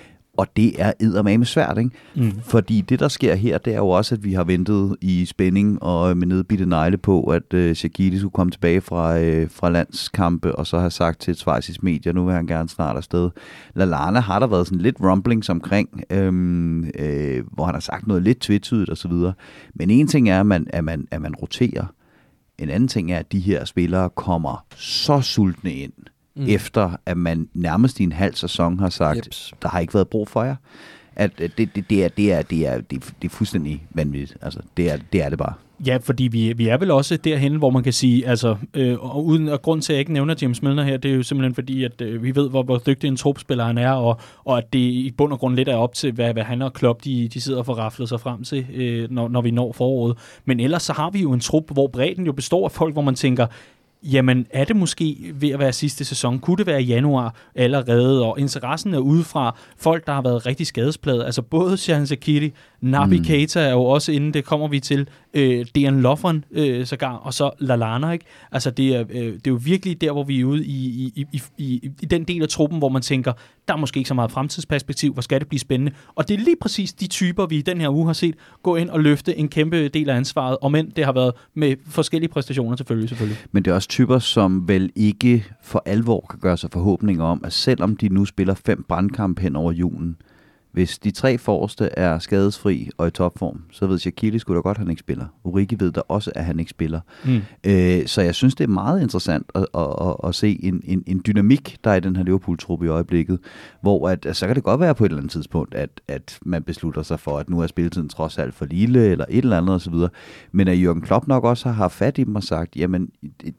Og det er eddermame svært, ikke? Mm. Fordi det, der sker her, det er jo også, at vi har ventet i spænding og med nedbitte negle på, at øh, Shaqiri skulle komme tilbage fra, øh, fra landskampe, og så har sagt til et schweizisk medie, nu vil han gerne snart afsted. Lallana har der været sådan lidt rumblings omkring, øhm, øh, hvor han har sagt noget lidt tvetydigt og så videre. Men en ting er, at man, at man, at man roterer. En anden ting er, at de her spillere kommer så sultne ind, Mm. efter at man nærmest i en halv sæson har sagt, Jeps. der har ikke været brug for jer. At det, det, det, er, det, er, det, er, det, er, det er fuldstændig vanvittigt. Altså, det er, det er det bare.
Ja, fordi vi, vi er vel også derhen, hvor man kan sige, altså, øh, og uden og grund til, at jeg ikke nævner James Milner her, det er jo simpelthen fordi, at øh, vi ved, hvor, hvor dygtig en trupspiller han er, og, og at det i bund og grund lidt er op til, hvad, hvad han og Klopp, de, de sidder og får raflet sig frem til, øh, når, når vi når foråret. Men ellers så har vi jo en trup, hvor bredden jo består af folk, hvor man tænker, jamen, er det måske ved at være sidste sæson? Kunne det være i januar allerede? Og interessen er udefra folk, der har været rigtig skadespladet. Altså både Xherdan Shaqiri, Naby mm. Keita er jo også inde, det kommer vi til. Øh, Dejan Lovren øh, sågar, og så Lallana, ikke? Altså det er, øh, det er jo virkelig der, hvor vi er ude i, i, i, i, i den del af truppen, hvor man tænker, der er måske ikke så meget fremtidsperspektiv, hvor skal det blive spændende? Og det er lige præcis de typer, vi i den her uge har set gå ind og løfte en kæmpe del af ansvaret, og men det har været med forskellige præstationer selvfølgelig, selvfølgelig.
Men det er også typer, som vel ikke for alvor kan gøre sig forhåbninger om, at selvom de nu spiller fem brandkampe hen over julen, hvis de tre forreste er skadesfri og i topform, så ved Shaqiri sgu da godt, at han ikke spiller. Origi ved da også, at han ikke spiller. Mm. Øh, så jeg synes, det er meget interessant at, at, at, at se en, en, en dynamik, der er i den her Liverpool-truppe i øjeblikket, hvor at, så kan det godt være på et eller andet tidspunkt, at, at man beslutter sig for, at nu er spilletiden trods alt for lille, eller et eller andet osv. Men at Jürgen Klopp nok også har haft fat i dem og sagt, jamen,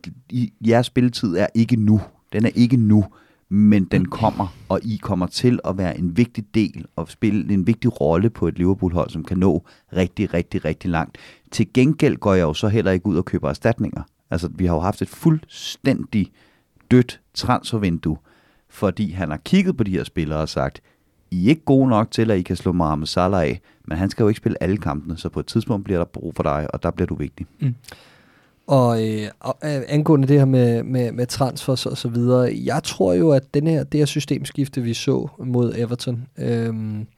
jeres spilletid er ikke nu. Den er ikke nu. Men den kommer, og I kommer til at være en vigtig del og spille en vigtig rolle på et Liverpool-hold, som kan nå rigtig, rigtig, rigtig langt. Til gengæld går jeg jo så heller ikke ud og køber erstatninger. Altså, vi har jo haft et fuldstændig dødt transfervindue, fordi han har kigget på de her spillere og sagt, I er ikke gode nok til, at I kan slå Mohamed Salah af, men han skal jo ikke spille alle kampene, så på et tidspunkt bliver der brug for dig, og der bliver du vigtig. Mm.
Og øh, angående det her med, med, med transfers og så videre, jeg tror jo, at den her, det her systemskifte, vi så mod Everton, øh,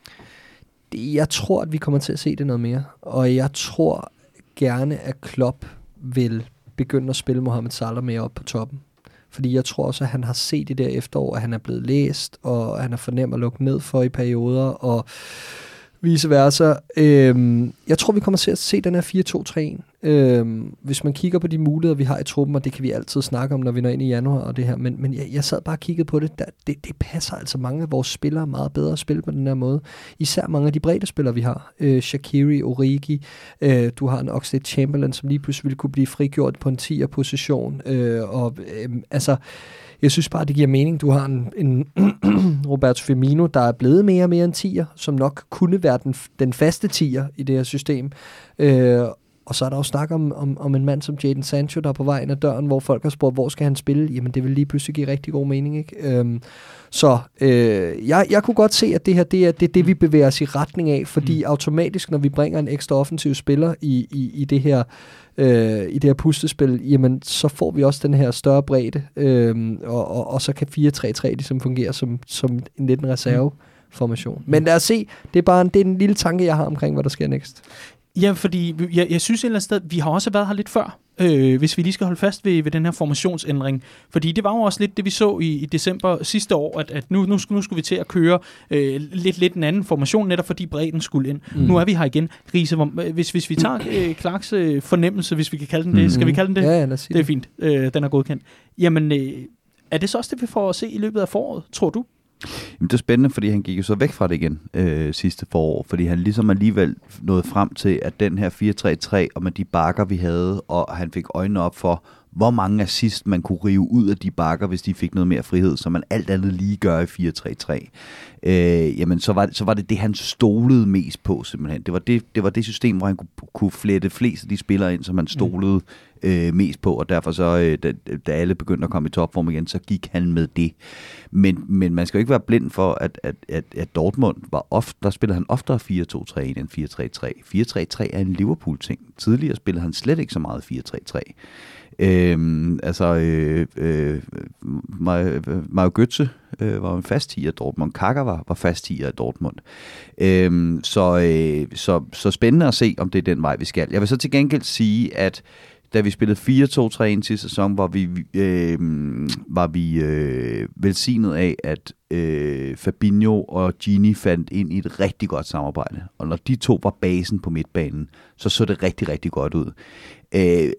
det, jeg tror, at vi kommer til at se det noget mere. Og jeg tror gerne, at Klopp vil begynde at spille Mohamed Salah mere op på toppen. Fordi jeg tror også, at han har set i det efterår, at han er blevet læst, og han er fornemt at lukke ned for i perioder, og vice versa. Øhm, jeg tror, vi kommer til at se den her fire to tre en. Øhm, hvis man kigger på de muligheder, vi har i truppen, og det kan vi altid snakke om, når vi når ind i januar og det her, men, men jeg, jeg sad bare og kiggede på det. Der, det. Det passer altså mange af vores spillere meget bedre at spille på den her måde. Især mange af de brede spillere, vi har. Øh, Shaqiri, Origi, øh, du har en Oxlade-Chamberlain, som lige pludselig ville kunne blive frigjort på en tier-position. Øh, og øh, altså... Jeg synes bare, det giver mening. Du har en, en Roberto Firmino, der er blevet mere og mere en tier, som nok kunne være den, den faste tier i det her system. Øh, og så er der jo snak om, om, om en mand som Jadon Sancho, der er på vej ind ad døren, hvor folk har spurgt, hvor skal han spille? Jamen, det vil lige pludselig give rigtig god mening, ikke? Øh, så øh, jeg, jeg kunne godt se, at det her, det er det, det vi bevæger os i retning af, fordi mm. automatisk, når vi bringer en ekstra offensiv spiller i, i, i det her Øh, i det her puslespil, jamen så får vi også den her større bredde, øh, og, og, og så kan fire tre tre ligesom fungere som, som en lidt en reserveformation. Men lad os se, det er bare en, det er en lille tanke, jeg har omkring, hvad der sker næste.
Ja, fordi jeg, jeg synes et eller andet sted, vi har også været her lidt før, øh, hvis vi lige skal holde fast ved, ved den her formationsændring. Fordi det var jo også lidt det, vi så i, i december sidste år, at, at nu, nu, nu skulle vi til at køre øh, lidt, lidt en anden formation, netop fordi bredden skulle ind. Mm. Nu er vi her igen. Riese, hvor, hvis, hvis vi tager øh, Clarks øh, fornemmelse, hvis vi kan kalde den det, mm. skal vi kalde den det?
Ja, ja, lad os sige
det er fint, øh, den er godkendt. Jamen, øh, er det så også det, vi får at se i løbet af foråret, tror du?
Jamen, det er spændende, fordi han gik jo så væk fra det igen øh, sidste forår, fordi han ligesom alligevel nåede frem til, at den her fire tre tre, og med de bakker, vi havde, og han fik øjnene op for, hvor mange assist man kunne rive ud af de bakker, hvis de fik noget mere frihed, som man alt andet lige gør i fire tre tre. Øh, jamen, så var, så var det det, han stolede mest på, simpelthen. Det var det, det, var det system, hvor han kunne, kunne flette flest af de spillere ind, som han stolede øh, mest på, og derfor så, øh, da, da alle begyndte at komme i topform igen, så gik han med det. Men, men man skal jo ikke være blind for, at, at, at, at Dortmund var ofte, der spillede han oftere fire to tre end fire tre tre. fire tre tre er en Liverpool-ting. Tidligere spillede han slet ikke så meget fire tre tre. Øhm, altså øh, øh, Mario Götze øh, var en fast tier af Dortmund. Kaka var, var fast tier af Dortmund. Øhm, så, øh, så, så spændende at se, om det er den vej, vi skal. Jeg vil så til gengæld sige, at da vi spillede fire to tre ind sidste sæson, var vi, øh, var vi øh, velsignet af, at øh, Fabinho og Gini fandt ind i et rigtig godt samarbejde. Og når de to var basen på midtbanen, så så det rigtig, rigtig godt ud. Øh,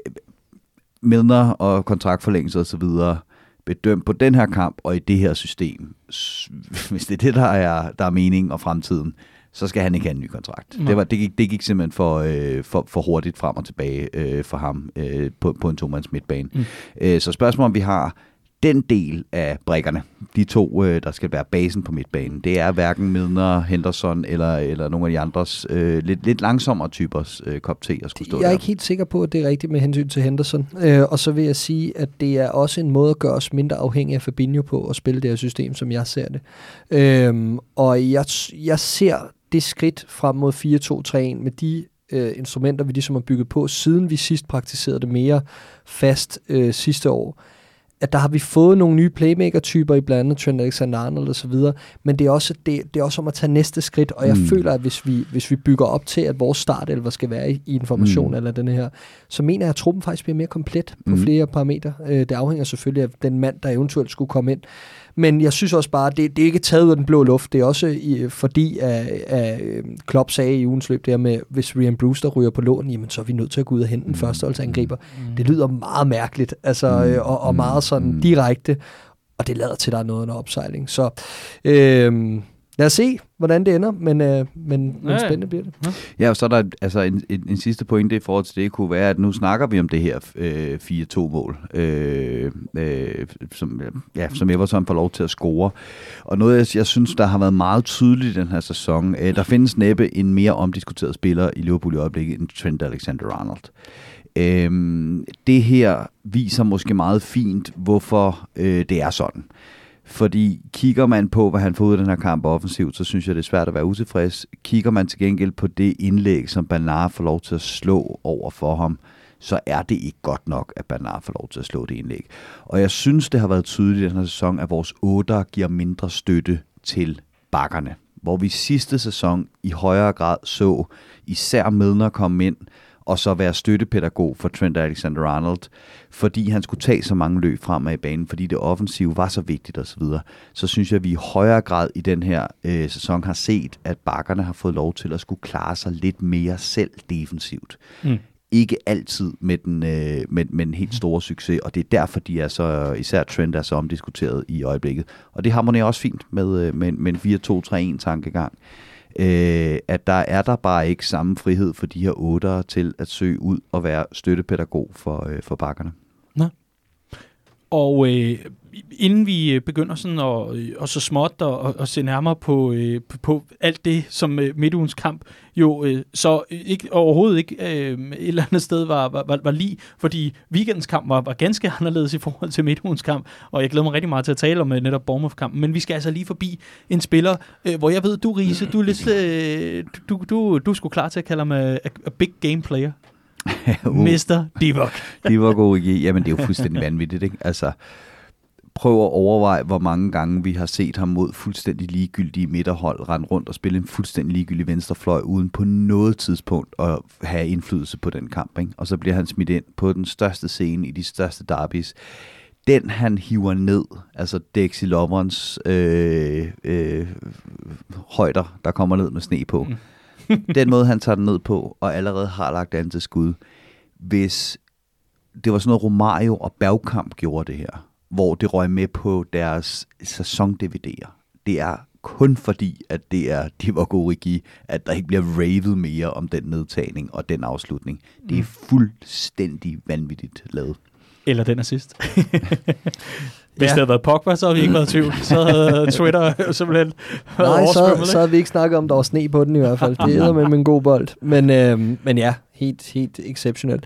Milner og kontraktforlængelse og så videre bedømt på den her kamp og i det her system. Hvis det er det, der er, der er mening og fremtiden, så skal han ikke have en ny kontrakt. Det, var, det, gik, det gik simpelthen for, øh, for, for hurtigt frem og tilbage øh, for ham øh, på, på en tomands midtbane. Mm. Øh, så spørgsmålet om vi har den del af brikkerne, de to, øh, der skal være basen på midtbanen, det er hverken Milner, Henderson eller, eller nogle af de andres øh, lidt, lidt langsommere typers øh, kop te at skulle stå der.
Jeg er ikke helt sikker på, at det er rigtigt med hensyn til Henderson. Øh, og så vil jeg sige, at det er også en måde at gøre os mindre afhængige af Fabinho på at spille det her system, som jeg ser det. Øh, og jeg, jeg ser det skridt frem mod fire to tre med de øh, instrumenter, vi ligesom har bygget på, siden vi sidst praktiserede det mere fast øh, sidste år, at der har vi fået nogle nye playmaker-typer i blandt andet Trent Alexander-Arnold og så videre, men det er også det, det er også om at tage næste skridt, og jeg mm. føler, at hvis vi hvis vi bygger op til, at vores startelver skal være i, i information mm. eller denne her, så mener jeg, at truppen faktisk bliver mere komplet på mm. flere parametre. Øh, det afhænger selvfølgelig af den mand, der eventuelt skulle komme ind. Men jeg synes også bare, at det, det er ikke taget ud af den blå luft. Det er også i, fordi, at, at Klopp sagde i ugens løb, det her med, hvis Ryan Brewster ryger på lån, jamen så er vi nødt til at gå ud og hente en førsteholdsangriber. Mm. Det lyder meget mærkeligt, altså, mm. og, og meget sådan direkte, og det lader til, at der er noget under opsejling. Så øh, lad os se, hvordan det ender, men, øh, men, men spændende bliver det.
Ja, ja, og så er der altså en, en, en sidste pointe i forhold til det, kunne være, at nu snakker vi om det her øh, fire to mål, øh, øh, som, ja, som Everton får lov til at score. Og noget, jeg, jeg synes, der har været meget tydeligt i den her sæson, øh, der findes næppe en mere omdiskuteret spiller i Liverpool i øjeblikket end Trent Alexander-Arnold. Øhm, det her viser måske meget fint, hvorfor øh, det er sådan. Fordi kigger man på, hvad han får ud af den her kamp offensivt, så synes jeg, det er svært at være utilfreds. Kigger man til gengæld på det indlæg, som Bernard får lov til at slå over for ham, så er det ikke godt nok, at Bernard får lov til at slå det indlæg. Og jeg synes, det har været tydeligt i den her sæson, at vores otter giver mindre støtte til bakkerne. Hvor vi sidste sæson i højere grad så især Milner komme ind, og så være støttepædagog for Trent Alexander-Arnold, fordi han skulle tage så mange løb fremad i banen, fordi det offensive var så vigtigt osv., så, så synes jeg, at vi i højere grad i den her øh, sæson har set, at bakkerne har fået lov til at skulle klare sig lidt mere selv defensivt. Mm. Ikke altid med den, øh, med, med den helt store succes, og det er derfor, de er så, især Trent er så omdiskuteret i øjeblikket. Og det harmonerer også fint med, med, med en fire to tre en tankegang. Øh, at der er der bare ikke samme frihed for de her otter til at søge ud og være støttepædagog for, øh, for bakkerne.
Nå. Og øh, inden vi begynder sådan at, og så småt at, at se nærmere på, øh, på alt det, som øh, midtugens kamp jo øh, så ikke, overhovedet ikke øh, et eller andet sted var, var, var, var lige, fordi weekendens kamp var, var ganske anderledes i forhold til midtugens kamp, og jeg glæder mig rigtig meget til at tale om øh, netop Bournemouth-kampen, men vi skal altså lige forbi en spiller, øh, hvor jeg ved, du Riese, du er lidt, øh, du, du, du er sgu klar til at kalde ham a, a big game player. uh. mister Divock.
Divock O G, jamen det er jo fuldstændig vanvittigt, ikke? Altså, prøv at overveje, hvor mange gange vi har set ham mod fuldstændig ligegyldige midterhold rende rundt og spille en fuldstændig ligegyldig venstrefløj, uden på noget tidspunkt at have indflydelse på den kamp, ikke? Og så bliver han smidt ind på den største scene i de største derbys. Den han hiver ned, altså Dexy Lovrens øh, øh, højder, der kommer ned med sne på. Mm. Den måde, han tager den ned på, og allerede har lagt an til skud. Hvis det var sådan noget, Romario og Bergkamp gjorde det her, hvor det røg med på deres sæson-D V D'er. Det er kun fordi, at det er Divock Origi, at der ikke bliver ravet mere om den nedtagning og den afslutning. Det er fuldstændig vanvittigt lavet.
Eller den assist. Hvis
Ja.
det havde været Pogba, så havde vi ikke været i tvivl. Så havde Twitter simpelthen været
Nej, så,
oversvømmet.
så havde vi ikke snakket om, der var sne på den i hvert fald. Det er med en god bold. Men, øh, men ja, helt, helt exceptionelt.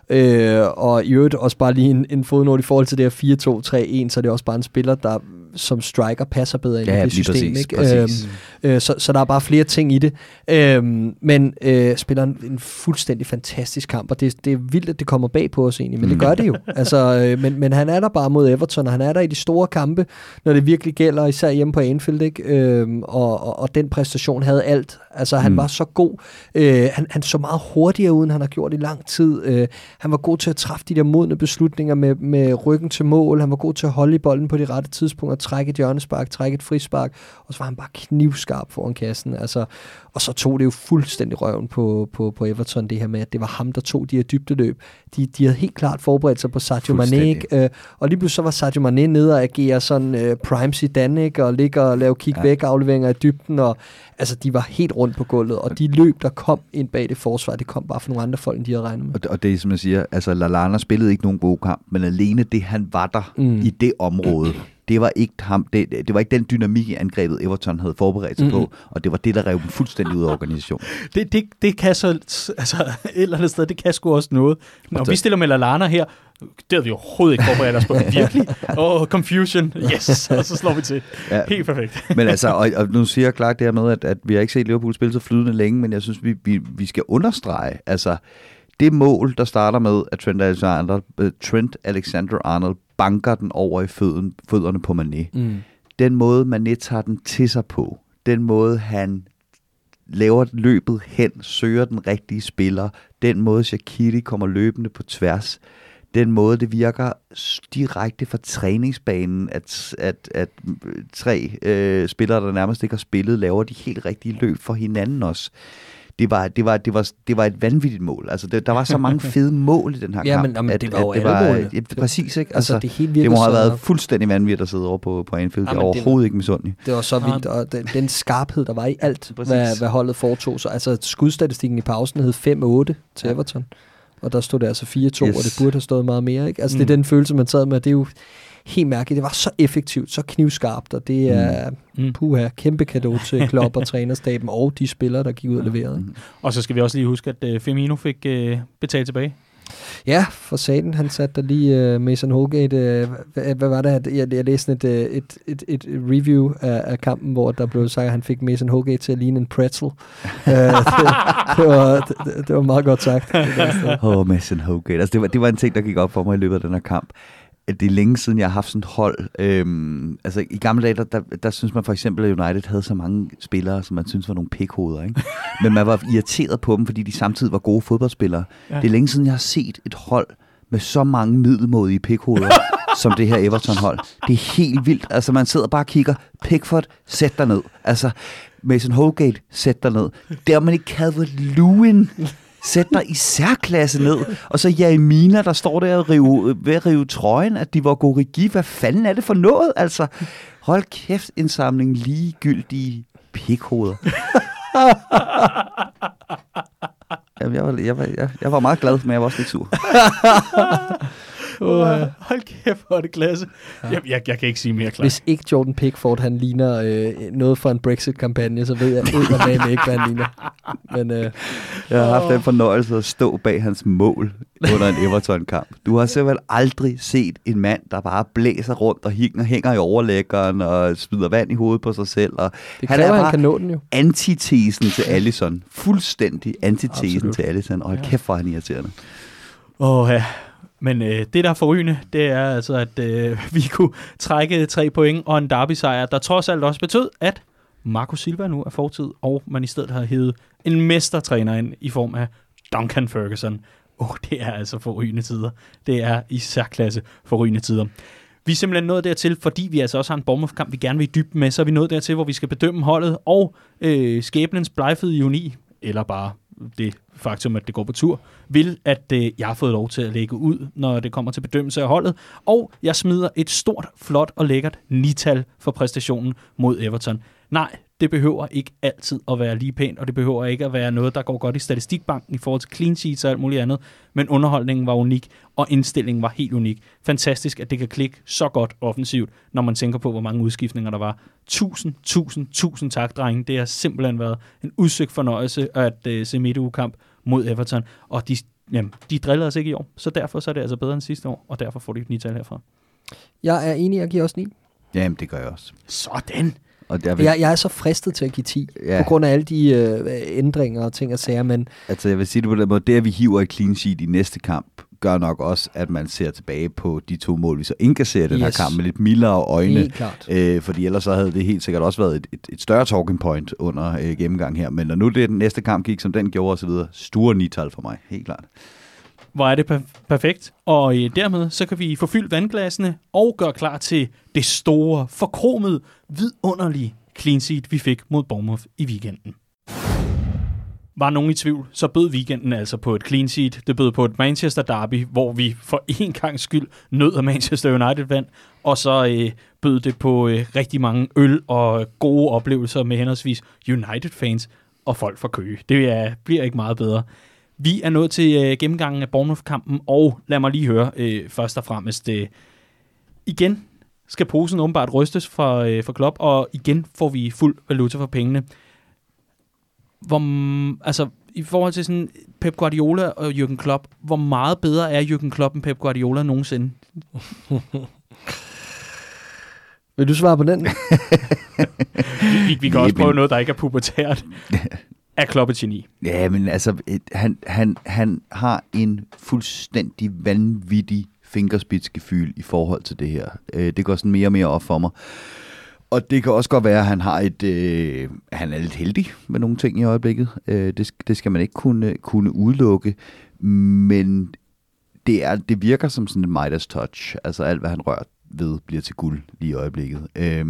Øh, og i øvrigt også bare lige en, en fodnote i forhold til det her fire to tre en, så er det også bare en spiller, der som striker passer bedre ind
Ja,
i det
lige
system.
præcis,
Ikke?
præcis.
Øhm, øh, så, så der er bare flere ting i det. Øhm, men øh, spiller en, en fuldstændig fantastisk kamp, og det, det er vildt, at det kommer bag på os egentlig, men det gør det jo. Altså, øh, men, men han er der bare mod Everton, og han er der i de store kampe, når det virkelig gælder, især hjemme på Anfield, ikke? Øhm, og, og, og den præstation havde alt. Altså, han mm. var så god. Øh, han, han så meget hurtigere ud, end han har gjort i lang tid. Øh, han var god til at træffe de der modne beslutninger med, med ryggen til mål. Han var god til at holde i bolden på de rette tidspunkter, trække et hjørnespark, trække et frispark, og så var han bare knivskarp foran kassen. Altså, og så tog det jo fuldstændig røven på, på, på Everton, det her med, at det var ham, der tog de her dybdeløb. De, de havde helt klart forberedt sig på Sadio Mané, øh, og lige pludselig så var Sadio Mané nede og agere sådan øh, prime Zidane, ikke? Og ligge og lave kick væk afleveringer i dybden, og altså, de var helt rundt på gulvet, og de løb, der kom ind bag det forsvar, det kom bare fra nogle andre folk, end de havde regnet med.
Og det, og det er, som jeg siger, altså Lallana spillede ikke nogen god kamp, men alene det, han var der mm. i det område, det var ikke ham, det, det var ikke den dynamik i angrebet, Everton havde forberedt sig mm. på, og det var det, der rev dem fuldstændig ud af organisationen.
Det, det, det kan så, altså et eller andet sted, det kan sgu også noget. Når vi stiller med Lallana her, det havde vi overhovedet ikke forberedt os på. Virkelig. Åh, oh, confusion. Yes, og så slår vi til. Ja. Helt perfekt.
Men altså, og, og nu siger jeg klart det her med, at, at vi har ikke set Liverpool spille så flydende længe, men jeg synes, vi, vi, vi skal understrege, altså det mål, der starter med, at Trent Alexander, Trent Alexander-Arnold banker den over i føden, fødderne på Mané. Mm. Den måde, Mané tager den til sig på, den måde, han laver løbet hen, søger den rigtige spiller, den måde, Shaqiri kommer løbende på tværs, den måde, det virker direkte fra træningsbanen, at, at, at tre øh, spillere, der nærmest ikke har spillet, laver de helt rigtige løb for hinanden også. Det var, det var, det var, det var et vanvittigt mål. Altså, det, der var så mange fede mål i den her
ja,
kamp.
Men, jamen,
at,
det var jo
at det
alle
var, ja, præcis, ikke? Altså,
altså, det, helt
det må have
så...
været fuldstændig vanvittigt at sidde over på, på Anfield. Jeg er overhovedet det, ikke misundelig.
Det var så vildt, og den, den skarphed, der var i alt, hvad, hvad holdet foretog. Så, altså, skudstatistikken i pausen hed fem otte til ja. Everton. Og der stod det altså fire to, yes. og det burde have stået meget mere. Ikke? Altså, mm. det er den følelse, man sad med. Det er jo helt mærkeligt. Det var så effektivt, så knivskarpt, og det er mm. puha, kæmpe cadeau til Klopp og trænerstaben og de spillere, der gik ud og leverede. Mm.
Og så skal vi også lige huske, at uh, Firmino fik uh, betalt tilbage.
Ja, for satan, han satte der lige uh, Mason Holgate. Uh, hvad, hvad var det? Jeg, jeg læste et, et, et, et review af, af kampen, hvor der blev sagt, at han fik Mason Holgate til at ligne en pretzel. uh, det, det, var, det, det var meget godt sagt.
Åh, oh, Mason Holgate. Altså, det, var, det var en ting, der gik op for mig i løbet af den her kamp. Det er længe siden, jeg har haft sådan et hold. Øhm, altså, i gamle dage, der, der, der synes man for eksempel, at United havde så mange spillere, som man synes var nogle pikhoveder, ikke? Men man var irriteret på dem, fordi de samtidig var gode fodboldspillere. Ja. Det er længe siden, jeg har set et hold med så mange middelmådige pikhoveder, som det her Everton-hold. Det er helt vildt. Altså, man sidder bare og kigger. Pickford, sæt dig ned. Altså, Mason Holgate, sæt dig ned. Der man ikke Calvert-Lewin, sæt dig i særklasse ned. Og så Jeremina, der står der og rive, ved at rive trøjen, at de var Gorigi. Hvad fanden er det for noget? Altså, hold kæft, en samling ligegyldige pikhoveder. Jeg, jeg, var, jeg, var, jeg, jeg var meget glad, men jeg var også lidt sur.
Uh, hold kæft, hvor er det klasse. Ja. Jeg, jeg, jeg kan ikke sige mere klart.
Hvis ikke Jordan Pickford, han ligner øh, noget for en Brexit-kampagne, så ved jeg ikke, ikke, hvad han ligner. Men, øh,
jeg har haft den fornøjelse at stå bag hans mål under en Everton-kamp. Du har simpelthen aldrig set en mand, der bare blæser rundt og hænger, hænger i overlæggeren og smider vand i hovedet på sig selv. Og
det kræver, han, er han kan nå den jo.
Antitesen til Alisson. Fuldstændig antitesen Absolut. Til Alisson. Og
ja.
Kæft, hvor er han irriterende.
Åh, oh, ja. Men øh, det, der er forrygende, det er altså, at øh, vi kunne trække tre point og en derby-sejr, der trods alt også betød, at Marco Silva nu er fortid, og man i stedet har hævet en mestertræner ind i form af Duncan Ferguson. Åh, oh, det er altså forrygende tider. Det er i særklasse forrygende tider. Vi er simpelthen nået dertil, fordi vi altså også har en Bournemouth-kamp, vi gerne vil i dybden med, så er vi nået dertil, hvor vi skal bedømme holdet og øh, skæbnens blegfede ironi, eller bare det faktum, at det går på tur, vil, at øh, jeg har fået lov til at lægge ud, når det kommer til bedømmelse af holdet, og jeg smider et stort, flot og lækkert nital for præstationen mod Everton. Nej, det behøver ikke altid at være lige pænt, og det behøver ikke at være noget, der går godt i statistikbanken i forhold til clean sheets og alt muligt andet, men underholdningen var unik, og indstillingen var helt unik. Fantastisk, at det kan klikke så godt offensivt, når man tænker på, hvor mange udskiftninger der var. Tusind, tusind, tusind tak, drenge. Det har simpelthen været en udsøgt fornøjelse at uh, se midtugekamp mod Everton, og de, jamen, de drillede os ikke i år, så derfor så er det altså bedre end sidste år, og derfor får de et nital herfra.
Jeg er enig, jeg giver også ni.
Jamen, det gør jeg også.
Sådan!
Og der vil...
jeg, jeg er så fristet til at give ti,
ja.
på grund af alle de øh, ændringer og ting og sager, men...
Altså, jeg vil sige det på den måde, det at vi hiver et clean sheet i næste kamp, gør nok også, at man ser tilbage på de to mål, vi så indkasserer den yes. her kamp med lidt mildere øjne.
Helt klart.
Øh, fordi ellers så havde det helt sikkert også været et, et, et større talking point under øh, gennemgang her. Men når nu det den næste kamp gik, som den gjorde osv., store nital for mig, helt klart.
Hvor er det per- perfekt. Og øh, dermed så kan vi få fyldt vandglasene og gøre klar til det store, forkromede, vidunderlige clean sheet, vi fik mod Bournemouth i weekenden. Var nogen i tvivl, så bød weekenden altså på et clean sheet. Det bød på et Manchester derby, hvor vi for en gang skyld nød af Manchester United vand. Og så øh, bød det på øh, rigtig mange øl og gode oplevelser med henholdsvis United-fans og folk fra Køge. Det er, bliver ikke meget bedre. Vi er nået til øh, gennemgangen af Bournemouth-kampen, og lad mig lige høre øh, først og fremmest. Øh, igen skal posen åbenbart rystes fra, øh, fra Klopp, og igen får vi fuld valuta for pengene. Hvor, altså, i forhold til sådan Pep Guardiola og Jürgen Klopp, hvor meget bedre er Jürgen Klopp end Pep Guardiola nogensinde?
Vil du svare på den?
vi, vi, vi kan også prøve noget, der ikke er pubertært. Er Klopp et geni?
Ja, men altså, et, han, han, han har en fuldstændig vanvittig fingerspidsgefyld i forhold til det her. Øh, det går sådan mere og mere op for mig. Og det kan også godt være, at han har et, øh, han er lidt heldig med nogle ting i øjeblikket. Øh, det, det skal man ikke kunne, kunne udelukke. Men det, er, det virker som sådan en Midas touch. Altså alt, hvad han rører ved, bliver til guld lige i øjeblikket. Øh,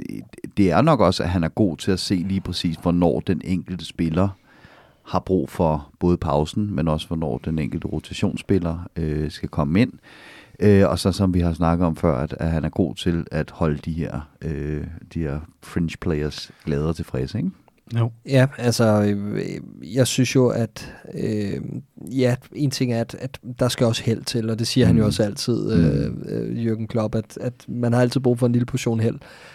det er nok også, at han er god til at se lige præcis, hvornår den enkelte spiller har brug for både pausen, men også hvornår den enkelte rotationsspiller øh, skal komme ind. Øh, og så som vi har snakket om før, at, at han er god til at holde de her, øh, de her fringe players glade og tilfredse, ikke?
No.
Ja, altså, øh, jeg synes jo, at øh, ja, en ting er, at, at der skal også held til, og det siger mm. han jo også altid, øh, øh, Jürgen Klopp, at, at man har altid brug for en lille portion held.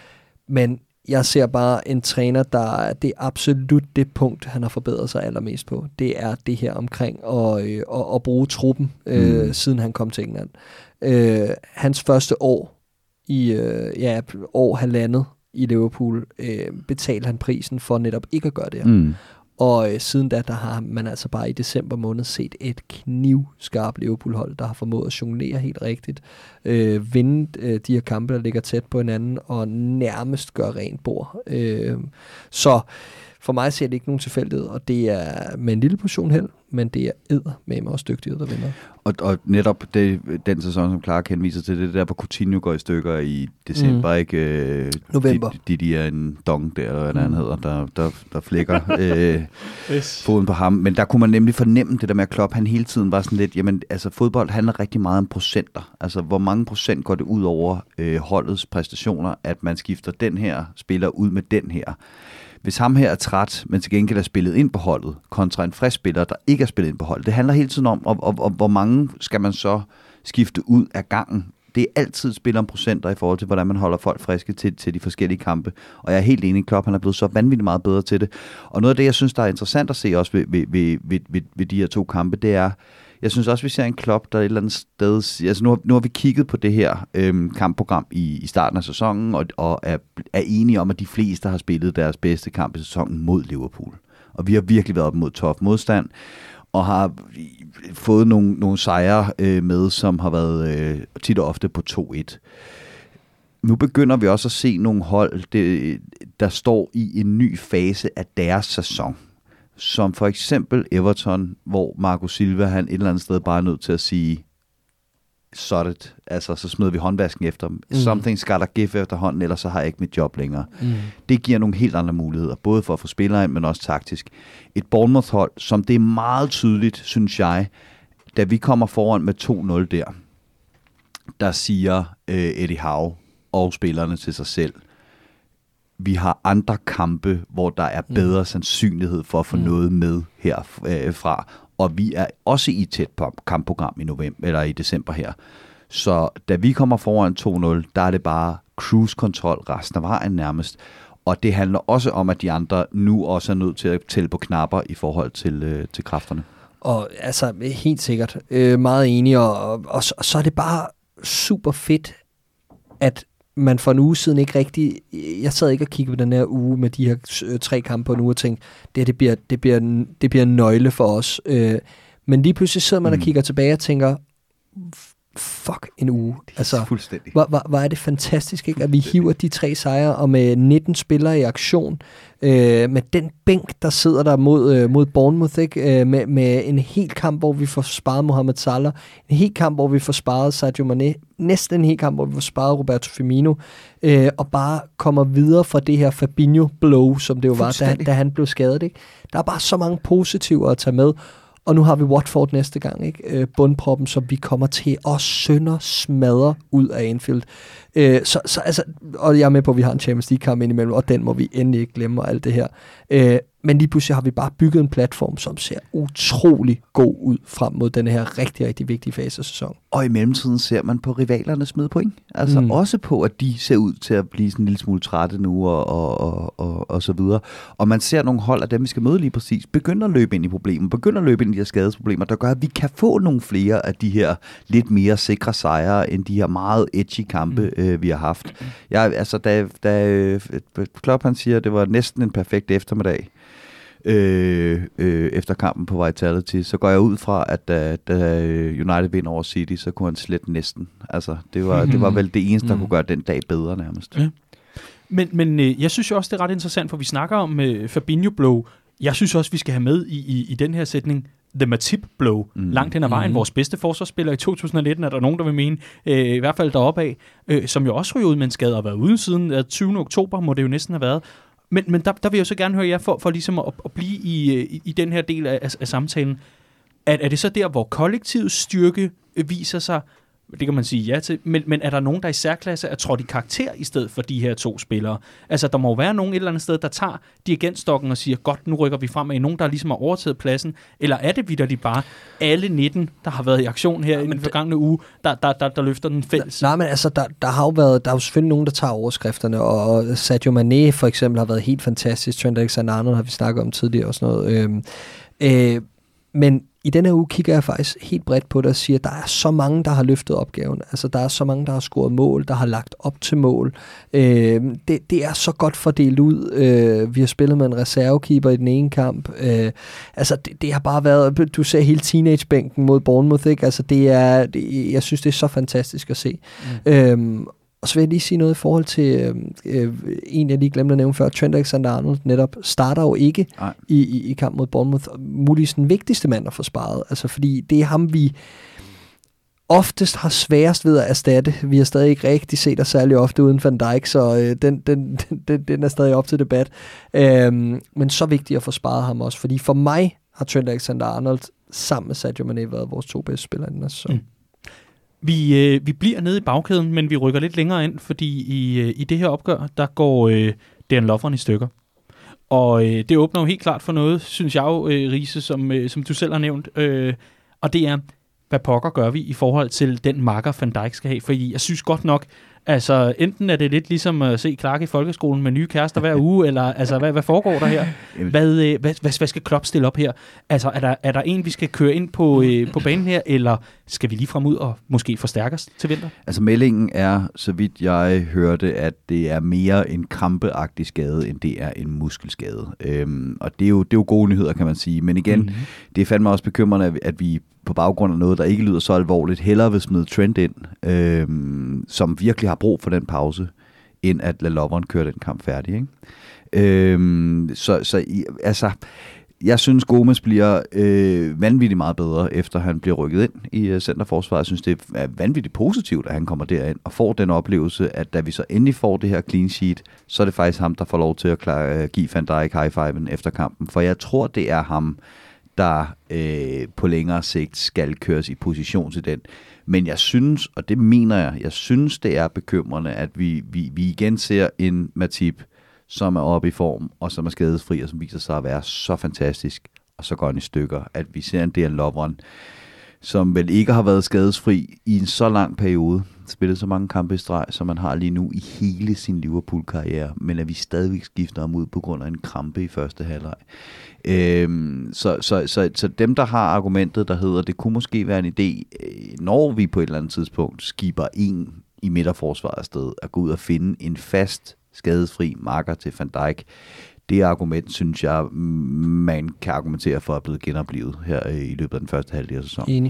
Men jeg ser bare en træner, der det er absolut det punkt, han har forbedret sig allermest på. Det er det her omkring at, øh, at, at bruge truppen, øh, mm. siden han kom til England. Øh, hans første år i øh, ja, år halvandet i Liverpool, øh, betalte han prisen for netop ikke at gøre det her. Mm. Og øh, siden da, der har man altså bare i december måned set et knivskarpt Liverpool-hold, der har formået at jonglere helt rigtigt, øh, vinde øh, de her kampe, der ligger tæt på hinanden, og nærmest gøre rent bord. Øh, så for mig ser det ikke nogen tilfældighed, og det er med en lille portion held, men det er eddermame også dygtighed, der vinder.
Og, og netop det, den sæson, som Clark henviser til, det der, hvor Coutinho går i stykker i december, mm. ikke? Øh,
November.
De, de, de er en dong der, eller hvad mm. han hedder, der, der, der flækker øh, yes. foden på ham. Men der kunne man nemlig fornemme det der med, at Klopp, han hele tiden var sådan lidt, jamen, altså fodbold handler rigtig meget om procenter. Altså, hvor mange procent går det ud over øh, holdets præstationer, at man skifter den her spiller ud med den her. Hvis ham her er træt, men til gengæld er spillet ind på holdet, kontra en frisk spiller, der ikke er spillet ind på holdet. Det handler hele tiden om, og, og, og hvor mange skal man så skifte ud af gangen. Det er altid et spil om procenter i forhold til, hvordan man holder folk friske til, til de forskellige kampe. Og jeg er helt enig, Klopp, han er blevet så vanvittigt meget bedre til det. Og noget af det, jeg synes, der er interessant at se også ved, ved, ved, ved, ved, ved de her to kampe, det er, jeg synes også, vi ser en Klopp, der et eller andet sted... Altså nu har, nu har vi kigget på det her øhm, kampprogram i, i starten af sæsonen, og, og er, er enige om, at de fleste har spillet deres bedste kamp i sæsonen mod Liverpool. Og vi har virkelig været op mod tough modstand, og har fået nogle, nogle sejre øh, med, som har været øh, tit og ofte på to et. Nu begynder vi også at se nogle hold, det, der står i en ny fase af deres sæson. Som for eksempel Everton, hvor Marco Silva, han et eller andet sted bare er nødt til at sige, sod it. Altså, så smider vi håndvasken efter dem. Mm. Something's gotta give efterhånden, ellers så har jeg ikke mit job længere. Mm. Det giver nogle helt andre muligheder, både for at få spillere ind, men også taktisk. Et Bournemouth-hold, som det er meget tydeligt, synes jeg, da vi kommer foran med to nul der, der siger øh, Eddie Howe og spillerne til sig selv, vi har andre kampe, hvor der er bedre mm. sandsynlighed for at få mm. noget med herfra. Og vi er også i et tæt kampprogram i november eller i december her. Så da vi kommer foran to nul, der er det bare cruise-kontrol resten af vejen nærmest. Og det handler også om, at de andre nu også er nødt til at tælle på knapper i forhold til, øh, til kræfterne.
Og altså, helt sikkert. Øh, meget enig. Og, og, og, så, og så er det bare super fedt, at man for en uge siden ikke rigtig... Jeg sad ikke og kiggede på den her uge med de her øh, tre kampe på en uge og tænkte, det her, det bliver, det bliver, det bliver en nøgle for os. Øh, men lige pludselig sidder man mm. og kigger tilbage og tænker, fuck en uge. Altså,
fuldstændig.
Hvor, hvor, hvor er det fantastisk, ikke? At vi hiver de tre sejre, og med nitten spillere i aktion, øh, med den bænk, der sidder der mod, øh, mod Bournemouth, ikke? Øh, med, med en hel kamp, hvor vi får sparet Mohamed Salah, en hel kamp, hvor vi får sparet Sadio Mané, næsten en hel kamp, hvor vi får sparet Roberto Firmino, øh, og bare kommer videre fra det her Fabinho-blow, som det jo var, da, da han blev skadet, ikke? Der er bare så mange positiver at tage med. Og nu har vi Watford næste gang, ikke? Øh, bundproppen, som vi kommer til at sønder smadre ud af Anfield. Øh, så, så altså, og jeg er med på, at vi har en Champions League-kamp indimellem, og den må vi endelig ikke glemme og alt det her. Øh, men lige pludselig har vi bare bygget en platform, som ser utrolig god ud frem mod den her rigtig, rigtig vigtige fase af sæsonen.
Og i mellemtiden ser man på rivalerne smide point. Altså mm. også på, at de ser ud til at blive sådan en lille smule trætte nu og, og, og, og, og så videre. Og man ser nogle hold af dem, vi skal møde lige præcis, begynder at løbe ind i problemer, begynder at løbe ind i de her skadesproblemer, der gør, at vi kan få nogle flere af de her lidt mere sikre sejre, end de her meget edgy kampe, mm. øh, vi har haft. Jeg, altså, da, da øh, Klopp han siger, at det var næsten en perfekt eftermiddag, Øh, øh, efter kampen på Vitality, så går jeg ud fra, at da, da United vinder over City, så kunne han slet næsten. Altså, det var, det var vel det eneste, der mm. kunne gøre den dag bedre nærmest. Ja.
Men, men øh, jeg synes jo også, det er ret interessant, for vi snakker om øh, Fabinho-blow. Jeg synes også, vi skal have med i, i, i den her sætning The Matip-blow. Mm. Langt hen ad vejen. Mm. Vores bedste forsvarsspiller i to tusind nitten, er der nogen, der vil mene, øh, i hvert fald deroppe af, øh, som jo også ryger ud med en skade og har været ude siden øh, tyvende oktober, må det jo næsten have været. Men, men der, der vil jeg så gerne høre jer for, for ligesom at, at blive i, i, i den her del af, af samtalen. Er, er det så der, hvor kollektivets styrke viser sig? Det kan man sige ja til. Men, men er der nogen, der i særklasse er trådt i karakter i stedet for de her to spillere? Altså, der må være nogen et eller andet sted, der tager dirigentstokken og siger, godt, nu rykker vi fremad. Nogen, der ligesom har overtaget pladsen. Eller er det vitterligt bare alle nitten, der har været i aktion her ja, i den forgangne uge, der, der, der, der løfter den fælles?
Nej, men altså, der, der har jo været, der er jo selvfølgelig nogen, der tager overskrifterne, og Sadio Mané for eksempel har været helt fantastisk. Trent Alexander-Arnold har vi snakket om tidligere og sådan noget. Øhm, øh, men i denne her uge kigger jeg faktisk helt bredt på det og siger, at der er så mange, der har løftet opgaven. Altså, der er så mange, der har scoret mål, der har lagt op til mål. Øh, det, det er så godt fordelt ud. Øh, vi har spillet med en reservekeeper i den ene kamp. Øh, altså, det, det har bare været... Du ser hele teenagebænken mod Bournemouth, ikke? Altså, det er... Det, jeg synes, det er så fantastisk at se. Mm. Øh, Og så vil jeg lige sige noget i forhold til øh, en, jeg lige glemte at nævne før, Trent Alexander-Arnold netop starter jo ikke i, i, i kamp mod Bournemouth. Muligvis den vigtigste mand at få sparet, altså fordi det er ham, vi oftest har sværest ved at erstatte. Vi har stadig ikke rigtig set os særlig ofte uden Van Dijk, så øh, den, den, den, den er stadig op til debat. Øhm, men så vigtigt at få sparet ham også, fordi for mig har Trent Alexander-Arnold sammen med Sadio Mané været vores to bedste spillere i den her sæson. Mm.
Vi, øh, vi bliver nede i bagkæden, men vi rykker lidt længere ind, fordi i, øh, i det her opgør, der går øh, Dejan Lovren i stykker. Og øh, det åbner jo helt klart for noget, synes jeg jo, øh, Riese, som, øh, som du selv har nævnt. Øh, og det er, hvad pokker gør vi i forhold til den makker, Van Dijk skal have? Fordi jeg synes godt nok, altså enten er det lidt ligesom at se Clark i folkeskolen med nye kærester hver uge, eller altså hvad, hvad foregår der her? Hvad, øh, hvad, hvad, hvad skal Klopp stille op her? Altså er der, er der en, vi skal køre ind på, øh, på banen her, eller skal vi lige frem ud og måske forstærke os til vinter?
Altså meldingen er, så vidt jeg hørte, at det er mere en krampeagtig skade, end det er en muskelskade. Øhm, og det er, jo, det er jo gode nyheder, kan man sige. Men igen, mm-hmm. det er fandme også bekymrende, at vi på baggrund af noget, der ikke lyder så alvorligt, hellere vil smide Trent ind, øhm, som virkelig har brug for den pause, end at lade Lovren køre den kamp færdig. Ikke? Øhm, så så i, altså, jeg synes, Gomes bliver øh, vanvittigt meget bedre, efter han bliver rykket ind i uh, centerforsvaret. Jeg synes, det er vanvittigt positivt, at han kommer derind og får den oplevelse, at da vi så endelig får det her clean sheet, så er det faktisk ham, der får lov til at klare, uh, give Van Dijk high-fiven efter kampen. For jeg tror, det er ham, der øh, på længere sigt skal køres i position til den. Men jeg synes, og det mener jeg, jeg synes, det er bekymrende, at vi, vi, vi igen ser en Matip, som er oppe i form, og som er skadesfri, og som viser sig at være så fantastisk, og så går han i stykker, at vi ser en Dejan Lovren, som vel ikke har været skadesfri i en så lang periode, spillet så mange kampe i streg, som man har lige nu i hele sin Liverpool-karriere, men at vi stadigvæk skifter ham ud på grund af en krampe i første halvleg. Øhm, så, så, så, så dem, der har argumentet, der hedder, det kunne måske være en idé, når vi på et eller andet tidspunkt skiber en i midterforsvaret afsted, at gå ud og finde en fast skadesfri marker til Van Dijk. Det argument, synes jeg, man kan argumentere for, at blive genoplevet her i løbet af den første halvdel af sæsonen.
Enig.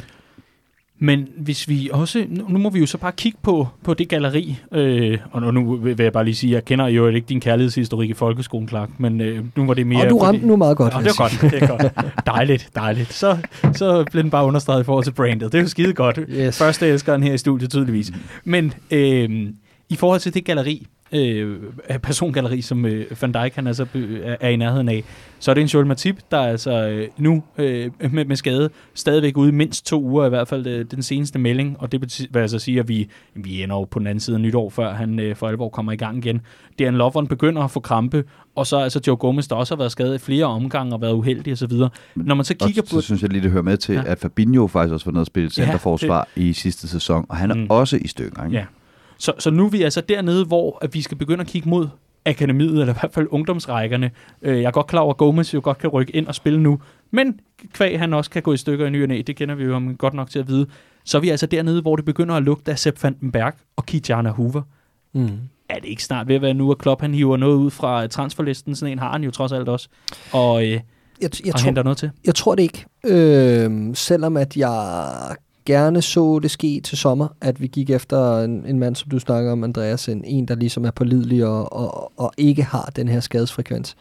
Men hvis vi også, nu må vi jo så bare kigge på, på det galleri, øh, og nu vil jeg bare lige sige, jeg kender jo ikke din kærlighedshistorik i folkeskolen, Clark, men øh, nu var det mere...
Og du ramte nu meget godt.
Ja, det var godt, det er godt. Dejligt, dejligt. Så, så blev den bare understreget i forhold til brandet. Det er jo skide godt. Yes. Første elskeren her i studiet, tydeligvis. Men øh, i forhold til det galleri, øh, persongalleri, som øh, Van Dijk han altså er, er i nærheden af, så er det en Joel Matip, der er altså øh, nu øh, med, med skade stadigvæk ude i mindst to uger, i hvert fald øh, den seneste melding, og det betyder, vil altså sige, at vi, vi ender jo på den anden side af nytår, før han øh, for alvor kommer i gang igen. Dejan Lovren begynder at få krampe, og så altså Joe Gomez, der også har været skadet i flere omgange og været uheldig og så videre. Når man så kigger
og
på...
så synes jeg lige, det hører med til, ja. at Fabinho faktisk også var nede og spille centerforsvar ja, i sidste sæson, og han er mm. også i stykker, ikke?
Ja. Så, så nu er vi altså dernede, hvor at vi skal begynde at kigge mod akademiet, eller i hvert fald ungdomsrækkerne. Jeg er godt klar over, at Gomez jo godt kan rykke ind og spille nu, men kvæg han også kan gå i stykker i ny og næ, det kender vi jo om godt nok til at vide. Så er vi altså dernede, hvor det begynder at lugte af Sepp van den Berg og Ki-Jana Hoever. Mm. Er det ikke snart ved at være nu, at Klopp han hiver noget ud fra transferlisten? Sådan en har han jo trods alt også. Og, øh, jeg, jeg og tror, henter noget til.
Jeg tror det ikke. Øh, selvom at jeg gerne så det ske til sommer, at vi gik efter en, en mand, som du snakker om, Andreas, en, en der ligesom er pålidelig og, og, og ikke har den her skadesfrekvens.